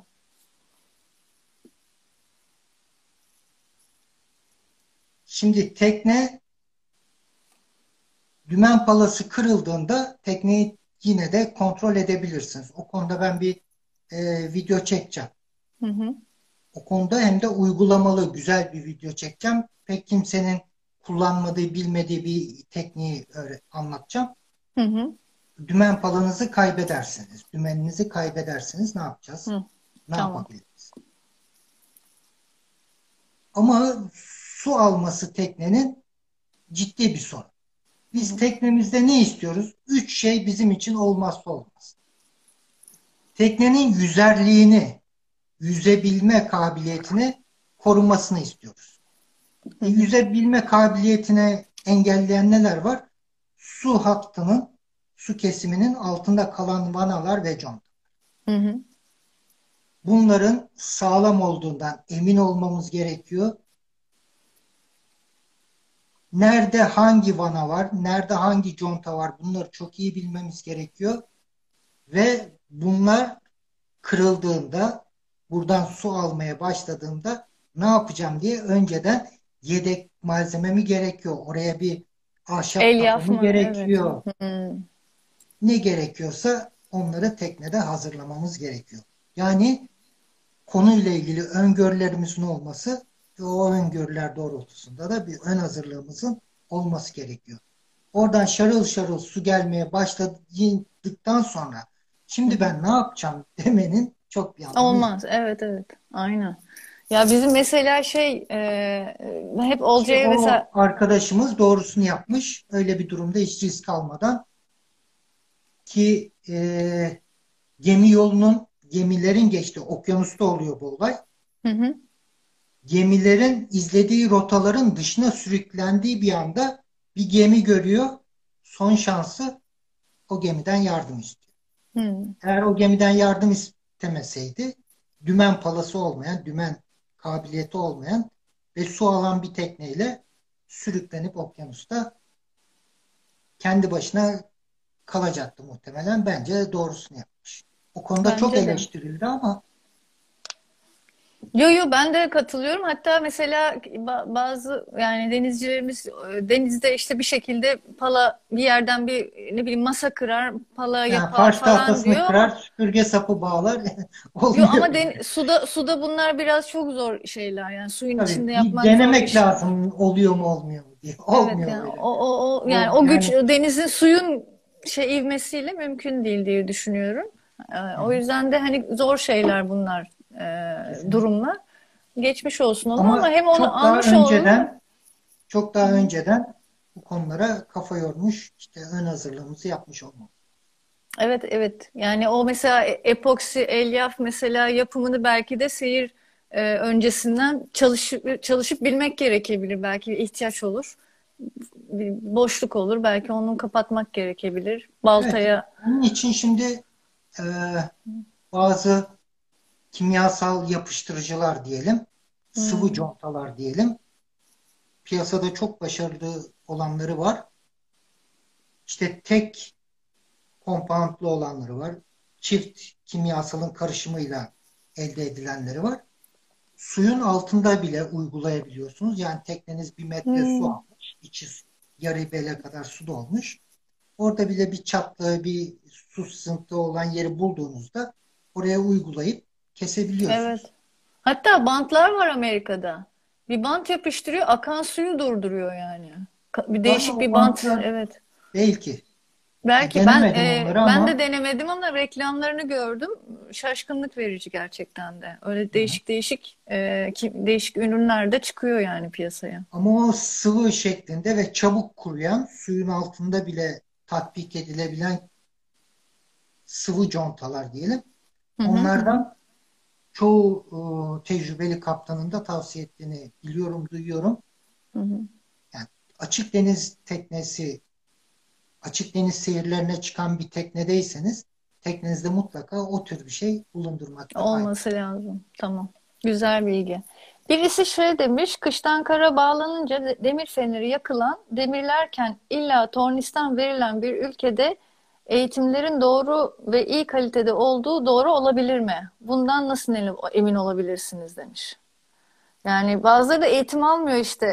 Şimdi tekne dümen palası kırıldığında tekneyi yine de kontrol edebilirsiniz. O konuda ben bir e, video çekeceğim. Hı hı. O konuda hem de uygulamalı güzel bir video çekeceğim. Pek kimsenin kullanmadığı, bilmediği bir tekniği öyle anlatacağım. Hı hı. Dümen palanızı kaybedersiniz. Dümeninizi kaybedersiniz. Ne yapacağız? Hı. Ne Tamam. yapabiliriz? Ama su alması teknenin ciddi bir sorun. Hı Biz hı. teknemizde ne istiyoruz? Üç şey bizim için olmazsa olmaz. Teknenin yüzerliğini, yüzebilme kabiliyetini korumasını istiyoruz. Hı E, hı. yüzebilme kabiliyetine engelleyen neler var? Su hattının, su kesiminin altında kalan vanalar ve conta. Hı hı. Bunların sağlam olduğundan emin olmamız gerekiyor. Nerede hangi vana var, nerede hangi conta var bunları çok iyi bilmemiz gerekiyor. Ve bunlar kırıldığında, buradan su almaya başladığımda ne yapacağım diye önceden yedek malzememi gerekiyor. Oraya bir ahşap Elyaf tapamı mı? Evet. gerekiyor. Hı. Ne gerekiyorsa onları teknede hazırlamamız gerekiyor. Yani konuyla ilgili öngörülerimizin olması ve o öngörüler doğrultusunda da bir ön hazırlığımızın olması gerekiyor. Oradan şarıl şarıl su gelmeye başladıktan sonra Hı şimdi hı. ben ne yapacağım demenin çok bir anlamı yok. Olmaz. Evet, evet. Aynen. Ya bizim mesela şey e, hep Ki Olcay'a o mesela arkadaşımız doğrusunu yapmış. Öyle bir durumda hiç risk almadan ki e, gemi yolunun gemilerin geçtiği okyanusta oluyor bu olay. hı hı. Gemilerin izlediği rotaların dışına sürüklendiği bir anda bir gemi görüyor. Son şansı o gemiden yardım istiyor. Hı. Eğer o gemiden yardım istemeseydi dümen palası olmayan, dümen kabiliyeti olmayan ve su alan bir tekneyle sürüklenip okyanusta kendi başına kalacaktı muhtemelen. Bence doğrusunu yapmış. O konuda çok Bence de. eleştirildi ama Yo yo ben de katılıyorum. Hatta mesela ba- bazı yani denizcilerimiz e, denizde işte bir şekilde pala bir yerden bir ne bileyim masa kırar, pala yani yapar farş falan diyor tahtasını kırar, ama süpürge sapı bağlar yo olmuyor ama yani. den- suda suda bunlar biraz çok zor şeyler. Yani suyun Tabii içinde bir yapmak zor denemek işler. lazım oluyor mu olmuyor mu diye. Evet Olmuyor yani öyle. o o o yani O o güç yani denizin suyun şey ivmesiyle mümkün değil diye düşünüyorum. Ee, hı o hı, yüzden de hani zor şeyler bunlar e, kesinlikle. durumlar. Geçmiş olsun ona ama Ama hem onu çok daha almış olalım. önceden çok daha önceden bu konulara kafa yormuş, işte ön hazırlığımızı yapmış olmamız. Evet, evet. Yani o mesela e- epoksi, elyaf mesela yapımını belki de seyir e, öncesinden çalışıp çalışıp bilmek gerekebilir. Belki bir ihtiyaç olur. Bir boşluk olur. Belki onu kapatmak gerekebilir. Evet, Baltaya. onun için şimdi e, bazı kimyasal yapıştırıcılar diyelim, sıvı Hmm. contalar diyelim. Piyasada çok başarılı olanları var. İşte tek kompoundlu olanları var. Çift kimyasalın karışımıyla elde edilenleri var. Suyun altında bile uygulayabiliyorsunuz. Yani tekneniz bir metre su Hmm. almış. İçi yarı bele kadar su dolmuş. Orada bile bir çatlı, bir su sızıntı olan yeri bulduğunuzda oraya uygulayıp Evet. kesebiliyorsunuz. Hatta bantlar var Amerika'da. Bir bant yapıştırıyor, akan suyu durduruyor yani. Ka- Bir Ama değişik o bir bant. bantlar Evet. değil ki. E, Belki ben denemedim e, onları ben de ama denemedim ama reklamlarını gördüm. Şaşkınlık verici gerçekten de. Öyle hı hı. değişik değişik e, ki- değişik ürünler de çıkıyor yani piyasaya. Ama o sıvı şeklinde ve çabuk kuruyan, suyun altında bile tatbik edilebilen sıvı contalar diyelim. Hı hı hı hı. Onlardan çoğu e, tecrübeli kaptanın da tavsiye ettiğini biliyorum, duyuyorum. Hı hı. Yani açık deniz teknesi, açık deniz seyirlerine çıkan bir teknedeyseniz teknenizde mutlaka o tür bir şey bulundurmakta fayda var. Olması lazım. Tamam. Güzel bilgi. Birisi şey demiş, kıştan kara bağlanınca de- demir feneri yakılan, demirlerken illa tornistan verilen bir ülkede eğitimlerin doğru ve iyi kalitede olduğu doğru olabilir mi? Bundan nasıl emin emin olabilirsiniz demiş. Yani bazıları da eğitim almıyor işte.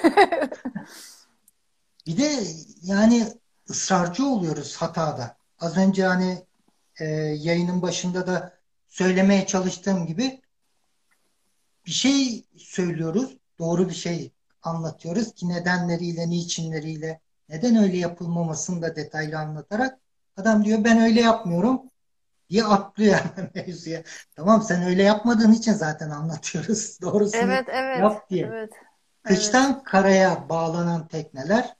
Bir de yani ısrarcı oluyoruz hatada. Az önce hani e, yayının başında da söylemeye çalıştığım gibi bir şey söylüyoruz, doğru bir şey anlatıyoruz ki nedenleriyle, niçinleriyle, neden öyle yapılmamasını da detaylı anlatarak adam diyor ben öyle yapmıyorum diye atlıyor hemen mevzuya. Tamam sen öyle yapmadığın için zaten anlatıyoruz. Doğrusunu Evet, evet, yap diye. evet, evet. Kıçtan karaya bağlanan tekneler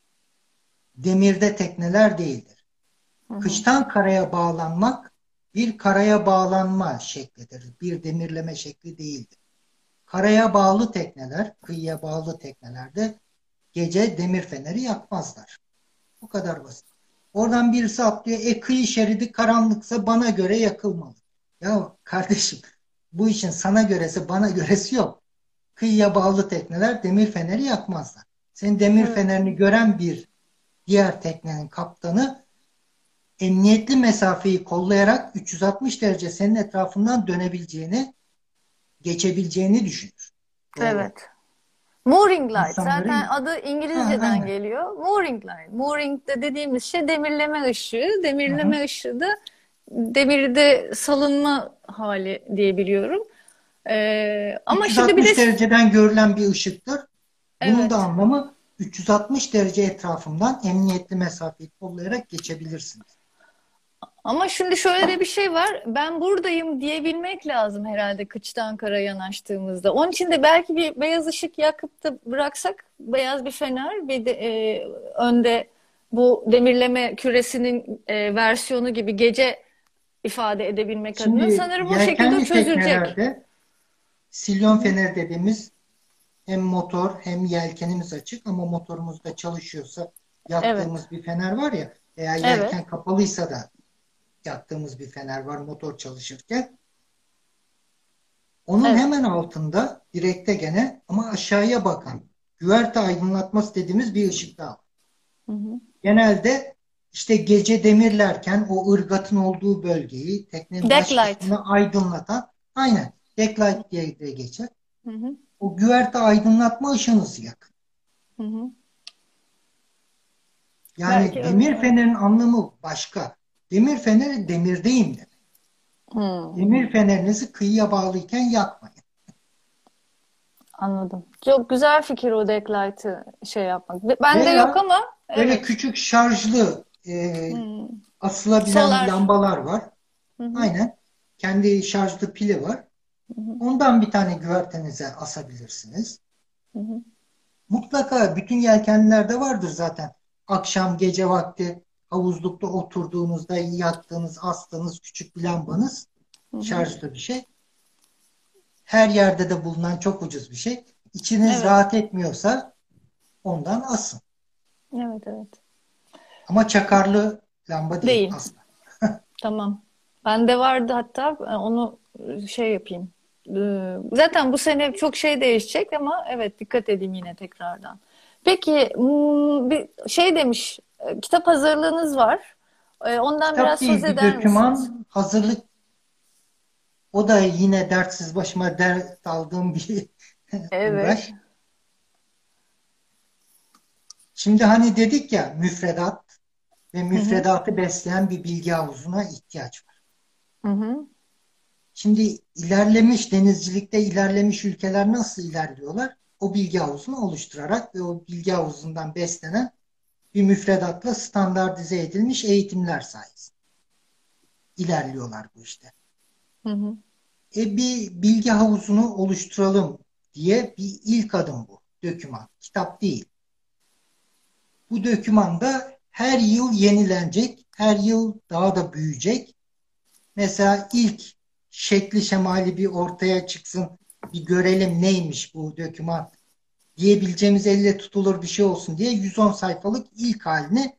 demirde tekneler değildir. Hı hı. Kıçtan karaya bağlanmak bir karaya bağlanma şeklidir. Bir demirleme şekli değildir. Karaya bağlı tekneler, kıyıya bağlı teknelerde gece demir feneri yakmazlar. Bu kadar basit. Oradan birisi atlıyor. E kıyı şeridi karanlıksa bana göre yakılmalı. Ya kardeşim bu işin sana göresi bana göresi yok. Kıyıya bağlı tekneler demir feneri yakmazlar. Senin demir Evet. fenerini gören bir diğer teknenin kaptanı emniyetli mesafeyi kollayarak üç yüz altmış derece senin etrafından dönebileceğini, geçebileceğini düşünür. Doğru. Evet. Mooring light. İnsanları Zaten adı ha, İngilizceden aynen. geliyor. Mooring light. Mooring de dediğimiz şey demirleme ışığı. Hı hı. Demirleme ışığı da demirde salınma hali diye biliyorum. Ee, ama şimdi bir de üç yüz altmış dereceden görülen bir ışıktır. Bunun da evet. anlamı üç yüz altmış derece etrafından emniyetli mesafeyi kollayarak geçebilirsiniz. Ama şimdi şöyle de bir şey var. Ben buradayım diyebilmek lazım herhalde kıçtan kara yanaştığımızda. Onun için de belki bir beyaz ışık yakıp da bıraksak beyaz bir fener bir de e, önde bu demirleme küresinin e, versiyonu gibi gece ifade edebilmek adına Şimdi sanırım o şekilde o yelkenli çözülecek. teknelerde Hı silyon hı. fener dediğimiz hem motor hem yelkenimiz açık ama motorumuz da çalışıyorsa Evet. yaktığımız bir fener var ya veya Evet. yelken kapalıysa da yaktığımız bir fener var motor çalışırken. Onun Evet. hemen altında direkte gene ama aşağıya bakan güverte aydınlatması dediğimiz bir ışık daha var. Hı hı. Genelde işte gece demirlerken o ırgatın olduğu bölgeyi teknenin baş Backlight. kısmını aydınlatan aynen backlight diye de geçer. Hı hı. O güverte aydınlatma ışığınızı yakın. Hı hı. Yani Belki öyle. demir Evet. fenerin anlamı başka. Demir feneri demirdeyim demek. Hı. Demir fenerinizi kıyıya bağlıyken yakmayın. Anladım. Çok güzel fikir o backlight'ı şey yapmak. Bende yok Veya ama böyle evet. küçük şarjlı e, Hmm. asılabilen Solar. lambalar var. Hı hı. Aynen. Kendi şarjlı pili var. Hı hı. Ondan bir tane güvertenize asabilirsiniz. Hı hı. Mutlaka bütün yelkenlilerde vardır zaten. Akşam gece vakti havuzlukta oturduğunuzda yaktığınız, astığınız küçük bir lambanız. Hı hı. Şarjlı bir şey. Her yerde de bulunan çok ucuz bir şey. İçiniz Evet. rahat etmiyorsa ondan asın. Evet, evet. Ama çakarlı lamba değil Değil. asla. Tamam. Bende vardı hatta e, onu e, şey yapayım. Ee, Zaten bu sene çok şey değişecek ama evet dikkat edeyim yine tekrardan. Peki hmm, bir şey demiş e, kitap hazırlığınız var. E, Ondan Kitap biraz söz değil bir eder misiniz? döküman hazırlık. O da yine dertsiz başıma dert aldığım bir Evet. uğraş. Şimdi hani dedik ya müfredat ve Hı hı. müfredatı besleyen bir bilgi havuzuna ihtiyaç var. Hı hı. Şimdi ilerlemiş denizcilikte ilerlemiş ülkeler nasıl ilerliyorlar? O bilgi havuzunu oluşturarak ve o bilgi havuzundan beslenen bir müfredatla standartize edilmiş eğitimler sayesinde ilerliyorlar bu işte. Hı hı. E bir bilgi havuzunu oluşturalım diye bir ilk adım bu. Doküman. Kitap değil. Bu dokümanda her yıl yenilenecek. Her yıl daha da büyüyecek. Mesela ilk şekli şemali bir ortaya çıksın. Bir görelim neymiş bu doküman diyebileceğimiz elle tutulur bir şey olsun diye yüz on sayfalık ilk halini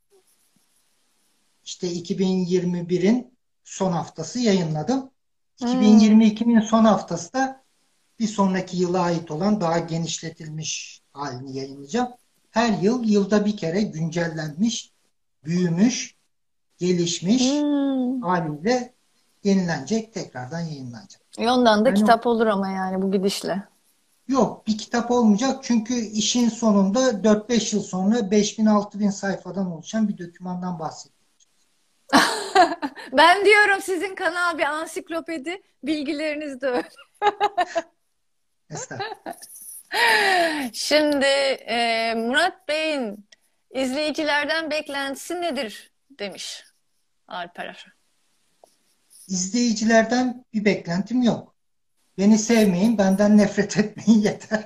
işte iki bin yirmi birin son haftası yayınladım. Hmm. iki bin yirmi ikinin son haftası da bir sonraki yıla ait olan daha genişletilmiş halini yayınlayacağım. Her yıl yılda bir kere güncellenmiş, büyümüş, gelişmiş Hmm. haliyle yenilenecek, tekrardan yayınlanacak. E ondan da Yani kitap olur ama yani bu gidişle. yok bir kitap olmayacak çünkü işin sonunda dört beş yıl sonra beş bin altı bin sayfadan oluşan bir dokümandan bahsediyorum. Ben diyorum sizin kanal bir ansiklopedi, bilgileriniz de öyle. Estağfurullah. Şimdi e, Murat Bey'in izleyicilerden beklentisi nedir demiş Alper. İzleyicilerden bir beklentim yok. Beni sevmeyin, benden nefret etmeyin yeter.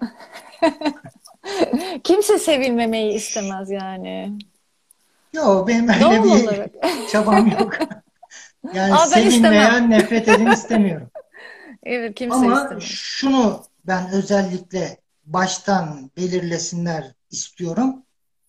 Kimse sevilmemeyi istemez yani. Yok benim öyle Doğal bir olarak. çabam yok. Yani Aa ben sevin istemem. veya nefret edin istemiyorum. Evet kimse Ama istemez. şunu ben özellikle baştan belirlesinler istiyorum.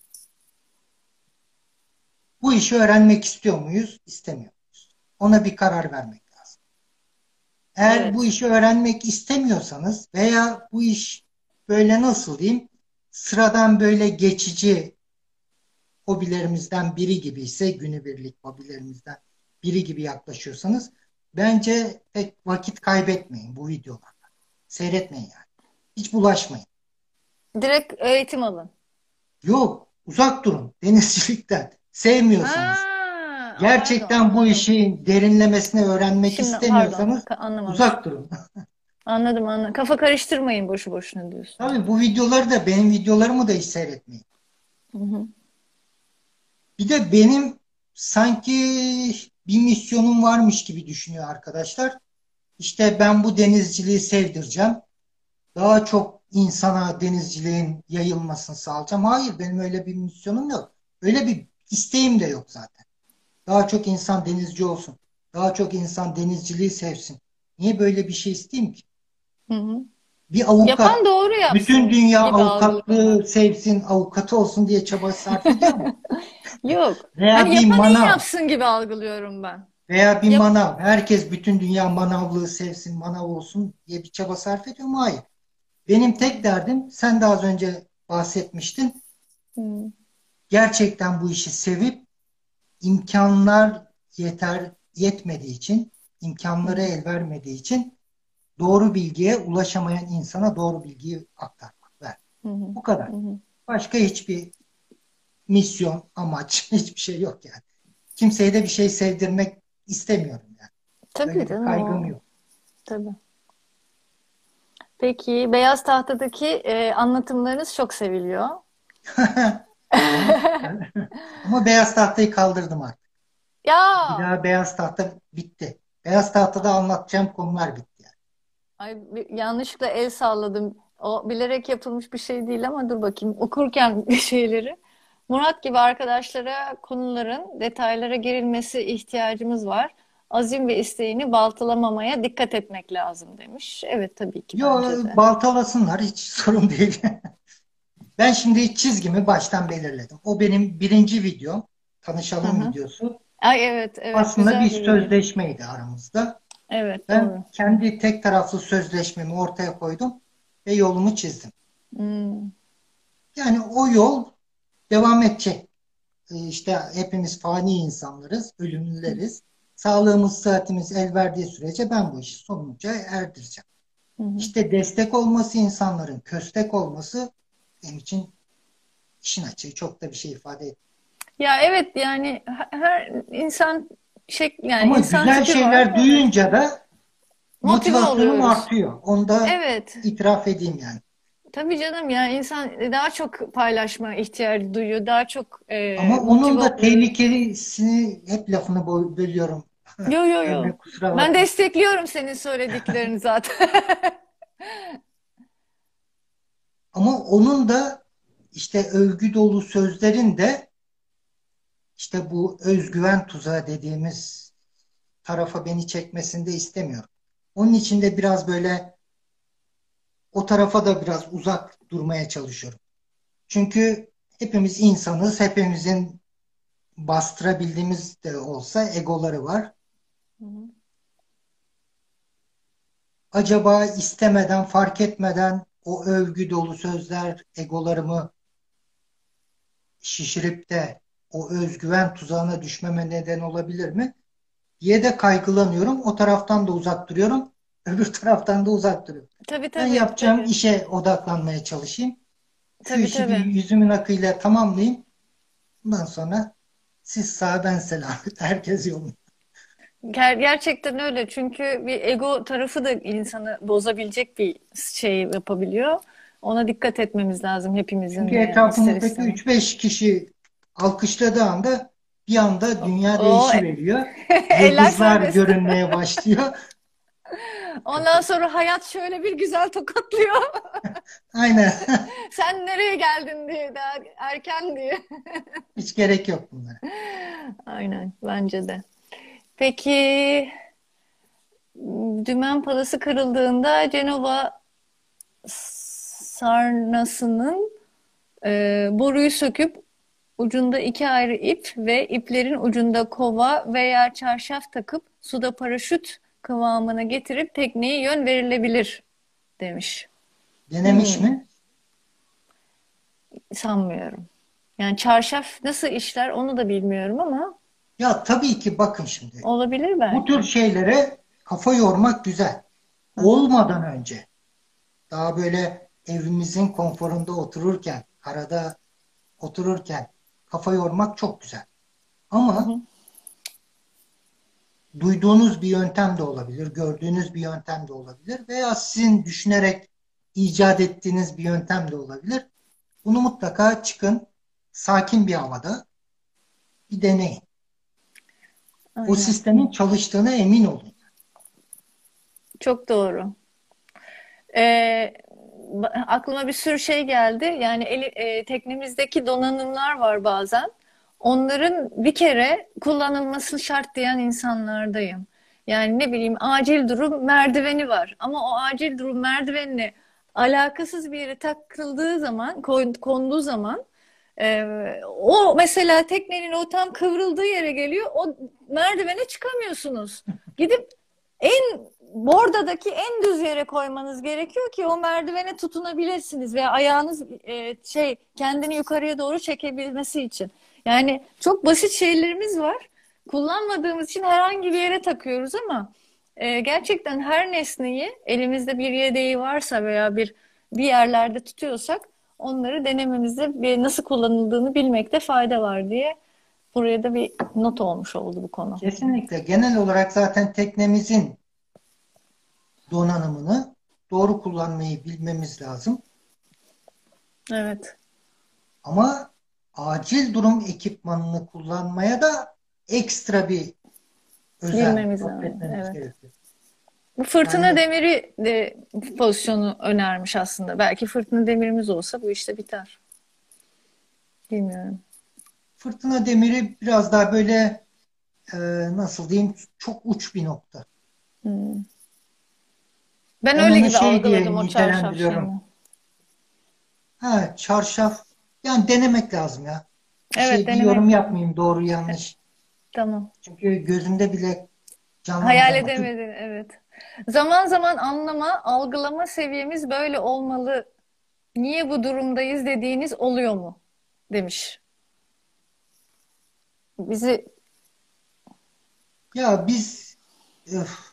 Bu işi öğrenmek istiyor muyuz, istemiyor muyuz? Ona bir karar vermek lazım. Eğer bu Evet. işi öğrenmek istemiyorsanız veya bu iş böyle nasıl diyeyim, sıradan böyle geçici hobilerimizden biri gibi ise, günübirlik hobilerimizden biri gibi yaklaşıyorsanız bence pek vakit kaybetmeyin bu videolarla. Seyretmeyin yani. Hiç bulaşmayın. Direkt eğitim alın. Yok, uzak durun denizcilikten. Sevmiyorsanız, Ha, aa, pardon gerçekten bu anladım. işin derinlemesine öğrenmek Şimdi pardon istemiyorsanız ka- anlamamış. uzak durun. Anladım anladım. Kafa karıştırmayın boşu boşuna diyorsun. Tabii bu videoları da benim videolarımı da hiç seyretmeyin. Hı hı. Bir de benim sanki bir misyonum varmış gibi düşünüyor arkadaşlar. İşte ben bu denizciliği sevdireceğim. Daha çok insana denizciliğin yayılmasını sağlayacağım. Hayır, benim öyle bir misyonum yok. Öyle bir isteğim de yok zaten. Daha çok insan denizci olsun. Daha çok insan denizciliği sevsin. Niye böyle bir şey isteyeyim ki? Hı hı. Bir Yapan avukat doğru bütün yapsın dünya gibi algılıyorum ben. avukatlığı sevsin, avukatı olsun diye çaba sarf ediyor mu? Yok. Veya Hani bir yapan iyi manav, yapsın gibi algılıyorum ben. veya bir Yap manav. Herkes bütün dünya manavlığı sevsin, manav olsun diye bir çaba sarf ediyor mu? Hayır. Benim tek derdim, sen de az önce bahsetmiştin. Hı Gerçekten bu işi sevip imkanlar yeter yetmediği için, imkanları hı el vermediği için doğru bilgiye ulaşamayan insana doğru bilgiyi aktarmak. Ver. hı hı Bu kadar. hı. Hı. Başka hiçbir misyon, amaç, hiçbir şey yok yani. Kimseye de bir şey sevdirmek istemiyorum yani. Tabii Öyle bir canım kaygım o. yok. Tabii. Peki Beyaz Tahta'daki e, anlatımlarınız çok seviliyor. Ama, ama beyaz tahtayı kaldırdım artık. Bir Ya daha beyaz tahta bitti. Beyaz tahtada anlatacağım konular bitti yani. ay, bir- yanlışlıkla el salladım. O bilerek yapılmış bir şey değil ama dur bakayım okurken şeyleri. Murat gibi arkadaşlara konuların detaylara girilmesi ihtiyacımız var. Azim ve isteğini baltalamamaya dikkat etmek lazım demiş. Evet tabii ki Yo, bence de. baltalasınlar hiç sorun değil. Ben şimdi çizgimi baştan belirledim. O benim birinci videom. Hı Tanışalım hı. videosu. Ay evet evet Aslında bir güzel bir video. sözleşmeydi aramızda. Evet Ben doğru. kendi tek taraflı sözleşmemi ortaya koydum ve yolumu çizdim. Hmm. Yani o yol devam edecek. Ee, İşte hepimiz fani insanlarız, ölümlüleriz. Sağlığımız, sıhhatimiz el verdiği sürece ben bu işi sonuca erdireceğim. Hı hı. İşte destek olması insanların, köstek olması benim için işin açığı çok da bir şey ifade etmiyor. Ya evet yani he- her insan şey yani Ama insan güzel tipi var. şeyler Evet. duyunca da Motive motivasyonum oluyoruz. artıyor. Onu da Evet. itiraf edeyim yani. Tabii canım ya, insan daha çok paylaşma ihtiyacı duyuyor. Daha çok e, Ama onun motive da oluyor. tehlikelisini hep lafını böl- bölüyorum. Yo yo yo. Emre kusura Ben bakma. destekliyorum senin söylediklerini zaten. Ama onun da işte övgü dolu sözlerin de işte bu özgüven tuzağı dediğimiz tarafa beni çekmesini de istemiyorum. Onun için de biraz böyle o tarafa da biraz uzak durmaya çalışıyorum. Çünkü hepimiz insanız, hepimizin bastırabildiğimiz de olsa egoları var. Hı hı. Acaba istemeden, fark etmeden o övgü dolu sözler egolarımı şişirip de o özgüven tuzağına düşmeme neden olabilir mi diye de kaygılanıyorum. O taraftan da uzak duruyorum. Öbür taraftan da uzak duruyorum. Tabii Ben tabii yapacağım tabii. işe odaklanmaya çalışayım. Şu Tabii işi bir tabii. yüzümün akıyla tamamlayayım. Bundan sonra siz sağ ben selamet. Herkes yolunda. Ger- Gerçekten öyle. Çünkü bir ego tarafı da insanı bozabilecek bir şey yapabiliyor. Ona dikkat etmemiz lazım hepimizin Çünkü de, yani ister etrafımızdaki istemez. üç beş kişi alkışladığı anda bir anda dünya O değişiveriyor. eller Yıldızlar serbest. görünmeye başlıyor. Ondan sonra hayat şöyle bir güzel tokatlıyor. Aynen. Sen nereye geldin diye, daha erken diye. Hiç gerek yok bunlara. Aynen, bence de. Peki dümen palası kırıldığında Cenova sarnasının e, boruyu söküp ucunda iki ayrı ip ve iplerin ucunda kova veya çarşaf takıp suda paraşüt kıvamına getirip tekneye yön verilebilir demiş. Denemiş Hmm, mi? sanmıyorum. Yani çarşaf nasıl işler onu da bilmiyorum ama Ya tabii ki bakın şimdi. olabilir Bu tür belki. şeylere kafa yormak güzel. Hı hı. Olmadan önce daha böyle evimizin konforunda otururken, karada otururken kafa yormak çok güzel. Hı Ama hı. duyduğunuz bir yöntem de olabilir, gördüğünüz bir yöntem de olabilir veya sizin düşünerek icat ettiğiniz bir yöntem de olabilir. Bunu mutlaka çıkın, sakin bir havada bir deneyin. O Aynen. sistemin çalıştığına emin olun. Çok doğru. Ee, Aklıma bir sürü şey geldi. Yani eli, e, teknemizdeki donanımlar var bazen. Onların bir kere kullanılması şart diyen insanlardayım. Yani ne bileyim, acil durum merdiveni var. Ama o acil durum merdivenine alakasız bir yere takıldığı zaman, koy- konduğu zaman e, o mesela teknenin o tam kıvrıldığı yere geliyor. O merdivene çıkamıyorsunuz. Gidip en bordadaki en düz yere koymanız gerekiyor ki o merdivene tutunabilirsiniz veya ayağınız e, şey kendini yukarıya doğru çekebilmesi için. Yani çok basit şeylerimiz var. Kullanmadığımız için herhangi bir yere takıyoruz ama e, gerçekten her nesneyi elimizde bir yedeği varsa veya bir bir yerlerde tutuyorsak onları denememizde ve nasıl kullanıldığını bilmekte fayda var diye buraya da bir not olmuş oldu bu konu. Kesinlikle. Genel olarak zaten teknemizin donanımını doğru kullanmayı bilmemiz lazım. Evet. Ama acil durum ekipmanını kullanmaya da ekstra bir özen Bilmemiz lazım. etmemiz Evet. gerekiyor. Bu fırtına Yani demiri de pozisyonu önermiş aslında. Belki fırtına demirimiz olsa bu işte biter. Bilmiyorum. fırtına demiri biraz daha böyle e, nasıl diyeyim çok uç bir nokta. Hmm. Ben Ben öyle onu gibi şey algıladım diye o çarşaf nitelendiriyorum. şeyini. Ha, çarşaf. Yani denemek lazım ya. Bir Evet, şey bir yorum denemek lazım. yapmayayım doğru yanlış. Tamam. Çünkü gözümde bile Hayal canlandıramadım. edemedin, evet. Zaman zaman anlama, algılama seviyemiz böyle olmalı. Niye bu durumdayız dediğiniz oluyor mu? Demiş. Bizi Ya biz öf,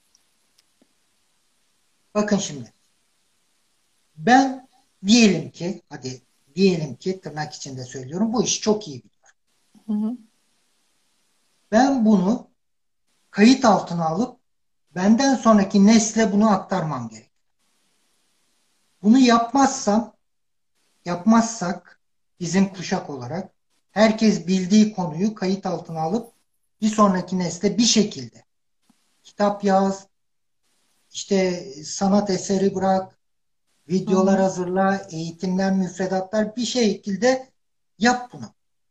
bakın şimdi. Ben diyelim ki hadi diyelim ki tırnak içinde söylüyorum bu işi çok iyi biliyorum. hı hı. Ben bunu kayıt altına alıp benden sonraki nesle bunu aktarmam gerek. Bunu yapmazsam, yapmazsak bizim kuşak olarak herkes bildiği konuyu kayıt altına alıp bir sonraki nesle bir şekilde kitap yaz, işte sanat eseri bırak, Hı videolar hı. hazırla, eğitimler, müfredatlar bir şekilde yap bunu.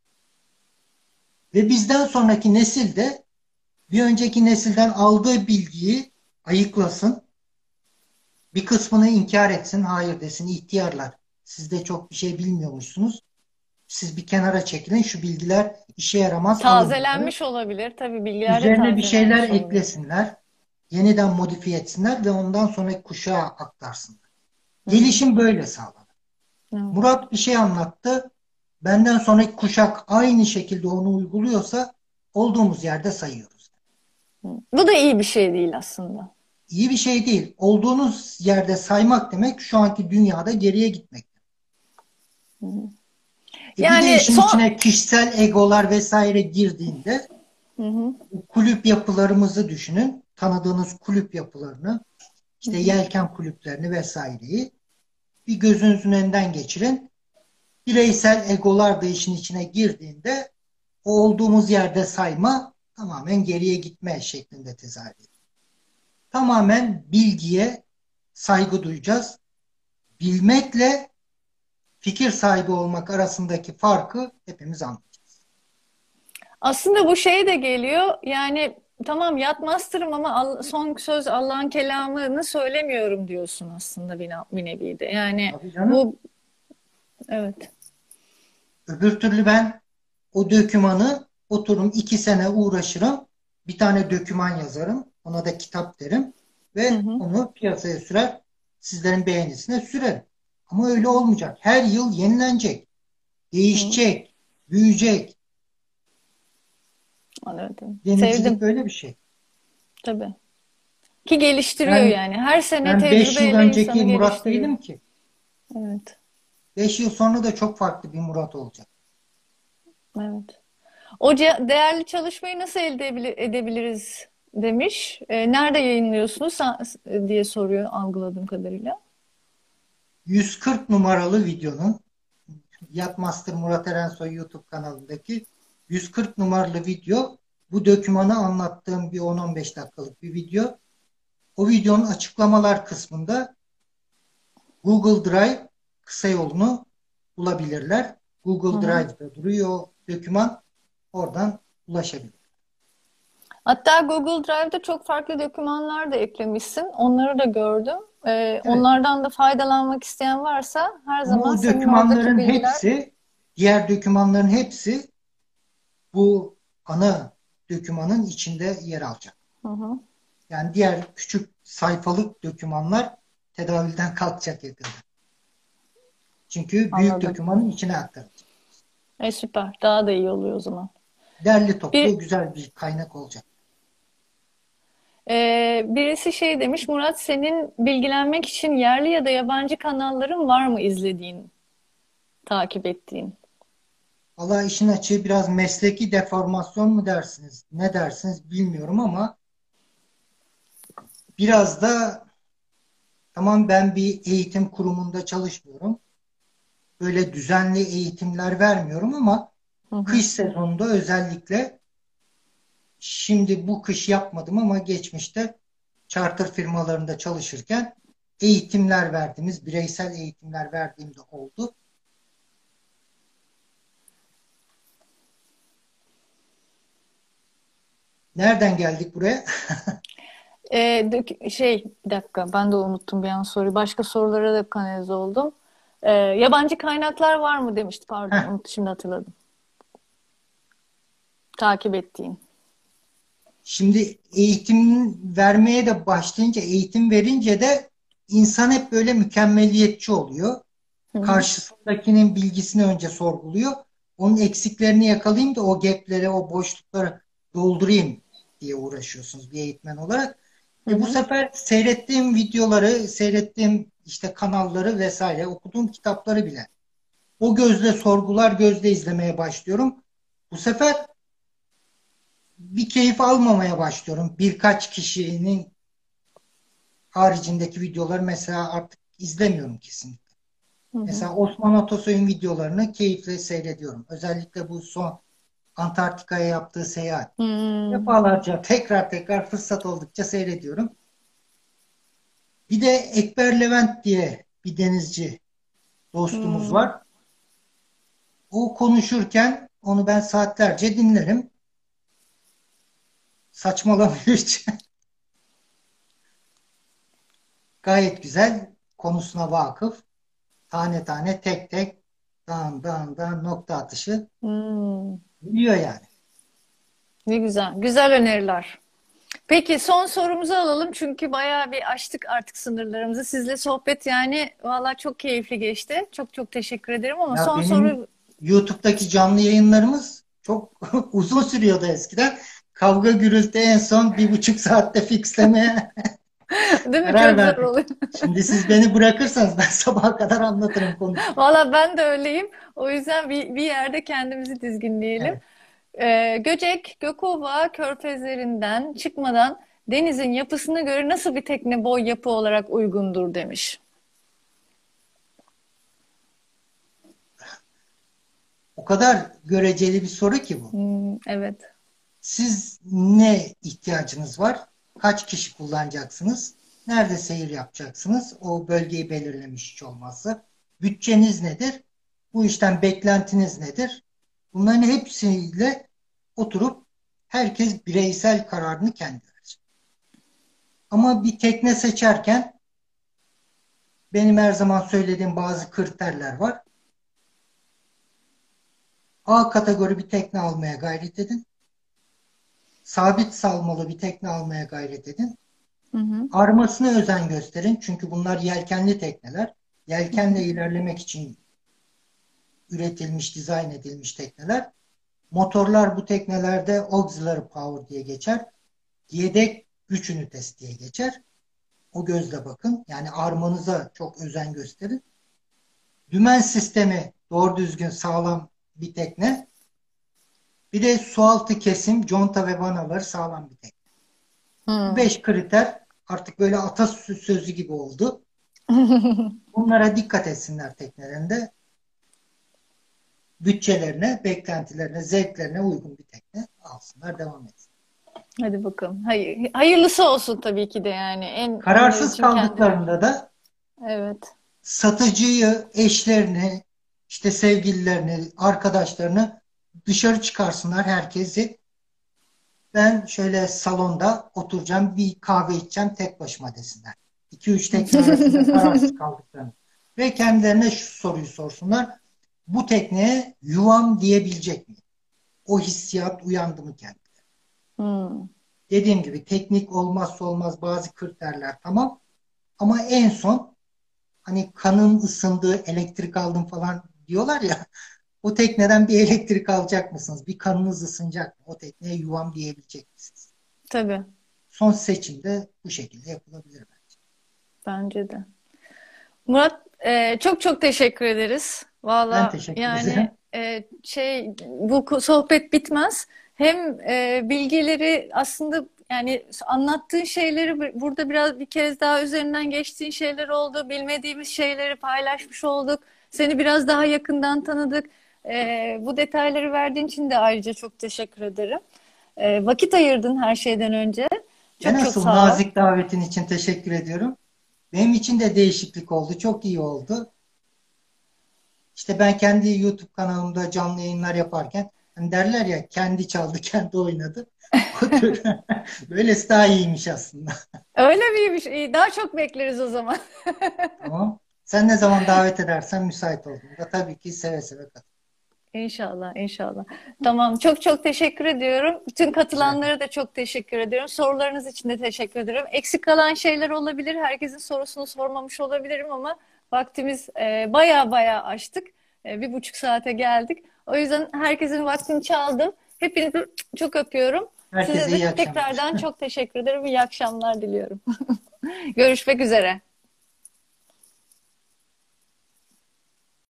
Ve bizden sonraki nesil de bir önceki nesilden aldığı bilgiyi ayıklasın. Bir kısmını inkar etsin, hayır desin, ihtiyarlar. Siz de çok bir şey bilmiyormuşsunuz. Siz bir kenara çekilin, şu bilgiler işe yaramaz, alın bunları. Tazelenmiş olabilir. Tabii bilgiler de Üzerine bir şeyler tazelenmiş olabilir. eklesinler, yeniden modifiye etsinler ve ondan sonraki kuşağa aktarsınlar. Hı hı. Gelişim böyle sağlanır. Evet. Murat bir şey anlattı. Benden sonraki kuşak aynı şekilde onu uyguluyorsa olduğumuz yerde sayıyoruz. Hı. Bu da iyi bir şey değil aslında. İyi bir şey değil. Olduğunuz yerde saymak demek şu anki dünyada geriye gitmek. Hı hı. E bir de Yani işin son... içine kişisel egolar vesaire girdiğinde Hı hı. kulüp yapılarımızı düşünün. Tanıdığınız kulüp yapılarını, Hı işte hı. yelken kulüplerini vesaireyi bir gözünüzün önünden geçirin. Bireysel egolar da işin içine girdiğinde o olduğumuz yerde sayma tamamen geriye gitme şeklinde tezahür ediyor. Tamamen bilgiye saygı duyacağız. Bilmekle fikir sahibi olmak arasındaki farkı hepimiz anlayacağız. Aslında bu şey de geliyor. Yani tamam yatmaztırım ama All- son söz Allah'ın kelamını söylemiyorum diyorsun aslında bir, bir nevi de. Yani Tabii canım. bu evet. Öbür türlü ben o dökümanı oturum iki sene uğraşırım. Bir tane döküman yazarım. Ona da kitap derim. Hı Ve hı. onu piyasaya sürer. Sizlerin beğenisine sürerim. Ama Hı öyle hı. olmayacak. Her yıl yenilenecek. Hı. Değişecek. Büyüyecek. Anladım. Denizcilik Sevdim böyle bir şey. tabii. Ki geliştiriyor Ben yani. Her sene ben beş yıl tecrübeyle önceki insanı Murat geliştiriyor. değilim ki. Evet. Beş yıl sonra da çok farklı bir Murat olacak. Evet. O ce- değerli çalışmayı nasıl elde ebili- edebiliriz demiş. E, nerede yayınlıyorsunuz Sa- diye soruyor algıladığım kadarıyla. yüz kırk numaralı videonun Yatmaster Murat Erensoy YouTube kanalındaki yüz kırk numaralı video bu dokümanı anlattığım bir on on beş dakikalık bir video. O videonun açıklamalar kısmında Google Drive kısa yolunu bulabilirler. Hı Google hı. Drive'da duruyor o doküman. Oradan ulaşabilir. Hatta Google Drive'da çok farklı dokümanlar da eklemişsin. Onları da gördüm. E, Evet. onlardan da faydalanmak isteyen varsa her Ama zaman o senin oradaki dokümanların bilgiler. hepsi, diğer dokümanların hepsi bu ana dokümanın içinde yer alacak. Hı hı. Yani diğer küçük sayfalık dokümanlar tedavülden kalkacak yakında. Çünkü büyük Anladım. dokümanın içine aktarılacak. E, süper. Daha da iyi oluyor o zaman. Derli Bir toplu güzel bir kaynak olacak. Ee, birisi şey demiş, Murat senin bilgilenmek için yerli ya da yabancı kanalların var mı izlediğin, takip ettiğin? Valla işin açığı biraz mesleki deformasyon mu dersiniz, ne dersiniz bilmiyorum ama biraz da tamam ben bir eğitim kurumunda çalışmıyorum. Böyle düzenli eğitimler vermiyorum ama Hı hı. kış sezonunda özellikle şimdi bu kış yapmadım ama geçmişte charter firmalarında çalışırken eğitimler verdiğimiz, bireysel eğitimler verdiğimde oldu. Nereden geldik buraya? Ee, dök- şey, bir dakika ben de unuttum bir an soruyu. Başka sorulara da kanalize oldum. Ee, yabancı kaynaklar var mı demişti, pardon, Heh, unut, şimdi hatırladım. Takip ettiğin. şimdi eğitim vermeye de başlayınca, eğitim verince de insan hep böyle mükemmeliyetçi oluyor. Hı hı. Karşısındakinin bilgisini önce sorguluyor. Onun eksiklerini yakalayayım da o gapleri, o boşlukları doldurayım diye uğraşıyorsunuz bir eğitmen olarak. Hı E bu hı. sefer seyrettiğim videoları, seyrettiğim işte kanalları vesaire, okuduğum kitapları bile o gözle sorgular, gözle izlemeye başlıyorum. Bu sefer bir keyif almamaya başlıyorum. Birkaç kişinin haricindeki videoları mesela artık izlemiyorum kesinlikle. Hı hı. Mesela Osman Atasoy'un videolarını keyifle seyrediyorum. Özellikle bu son Antarktika'ya yaptığı seyahat. Hmm. Defalarca tekrar tekrar fırsat oldukça seyrediyorum. Bir de Ekber Levent diye bir denizci dostumuz Hmm. var. O konuşurken onu ben saatlerce dinlerim. Saçmalamıyor hiç. Gayet güzel. Konusuna vakıf. Tane tane tek tek dağın dağın dağın nokta atışı Hmm. biliyor yani. Ne güzel. Güzel öneriler. Peki son sorumuzu alalım çünkü bayağı bir aştık artık sınırlarımızı. Sizle sohbet yani valla çok keyifli geçti. Çok çok teşekkür ederim ama Ya son benim soru YouTube'daki canlı yayınlarımız çok uzun sürüyordu eskiden. Kavga gürültü en son bir buçuk saatte fixlemeye değil mi? karar Çok zor verdik. oluyor. Şimdi siz beni bırakırsanız ben sabaha kadar anlatırım konuşurum. Valla ben de öyleyim. O yüzden bir, bir yerde kendimizi dizginleyelim. Evet. Ee, Göcek, Gökova körfezlerinden çıkmadan denizin yapısına göre nasıl bir tekne boy yapı olarak uygundur demiş. O kadar göreceli bir soru ki bu. Hmm, evet. Siz ne ihtiyacınız var? Kaç kişi kullanacaksınız? Nerede seyir yapacaksınız? O bölgeyi belirlemiş hiç olmazsa. Bütçeniz nedir? Bu işten beklentiniz nedir? Bunların hepsiyle oturup herkes bireysel kararını kendi verecek. Ama bir tekne seçerken benim her zaman söylediğim bazı kriterler var. A kategori bir tekne almaya gayret edin. Sabit salmalı bir tekne almaya gayret edin. Hı hı, Armasına özen gösterin. Çünkü bunlar yelkenli tekneler. hı hı, Yelkenle ilerlemek için üretilmiş, dizayn edilmiş tekneler. Motorlar bu teknelerde auxiliary power diye geçer. Yedek güç ünitesi diye geçer. O gözle bakın. Yani armanıza çok özen gösterin. Dümen sistemi doğru düzgün sağlam bir tekne. Bir de sualtı kesim, conta ve vanaları sağlam bir tekne. Bu hı. beş kriter artık böyle atasözü gibi oldu. Bunlara dikkat etsinler teknelerinde. Bütçelerine, beklentilerine, zevklerine uygun bir tekne alsınlar, devam etsin. Hadi bakalım. Hayır, hayırlısı olsun tabii ki de yani. En onlar Kararsız için kendileri. kaldıklarında da Evet. satıcıyı, eşlerini, işte sevgililerini, arkadaşlarını dışarı çıkarsınlar herkesi. Ben şöyle salonda oturacağım, bir kahve içeceğim tek başıma desinler. iki üç tekne arasında kararsız kaldıklarını. Ve kendilerine şu soruyu sorsunlar. Bu tekneye yuvam diyebilecek mi? O hissiyat uyandı mı kendine? Hmm. Dediğim gibi teknik olmazsa olmaz bazı kriterler tamam. Ama en son hani kanın ısındığı elektrik aldım falan diyorlar ya. O tekneden bir elektrik alacak mısınız? Bir kanınız ısınacak mı? O tekneye yuvam diyebilecek misiniz? Tabii. Son seçimde bu şekilde yapılabilir bence. Bence de. Murat, e, çok çok teşekkür ederiz. Ben Valla teşekkür yani ederim. e, şey bu ko- sohbet bitmez. Hem e, bilgileri aslında yani anlattığın şeyleri bu- burada biraz bir kez daha üzerinden geçtiğin şeyler oldu. Bilmediğimiz şeyleri paylaşmış olduk. Seni biraz daha yakından tanıdık. E, bu detayları verdiğin için de ayrıca çok teşekkür ederim. E, vakit ayırdın her şeyden önce. Ben Çok çok asıl sağ ol. nazik davetin için teşekkür ediyorum. Benim için de değişiklik oldu. Çok iyi oldu. İşte ben kendi YouTube kanalımda canlı yayınlar yaparken hani derler ya kendi çaldı, kendi oynadı. O tür. Böylesi daha iyiymiş aslında. Öyle miymiş? İyi, daha çok bekleriz o zaman. Tamam. Sen ne zaman davet edersen müsait olduğunda tabii ki seve seve katıl. İnşallah, inşallah. Tamam, çok çok teşekkür ediyorum. Bütün Rica ederim. katılanlara da çok teşekkür ediyorum. Sorularınız için de teşekkür ederim. Eksik kalan şeyler olabilir. Herkesin sorusunu sormamış olabilirim ama vaktimiz e, baya baya aştık. E, bir buçuk saate geldik. O yüzden herkesin vaktini çaldım. Hepinizi çok öpüyorum. Size Herkese de iyi akşamlar. tekrardan çok teşekkür ederim. İyi akşamlar diliyorum. Görüşmek üzere.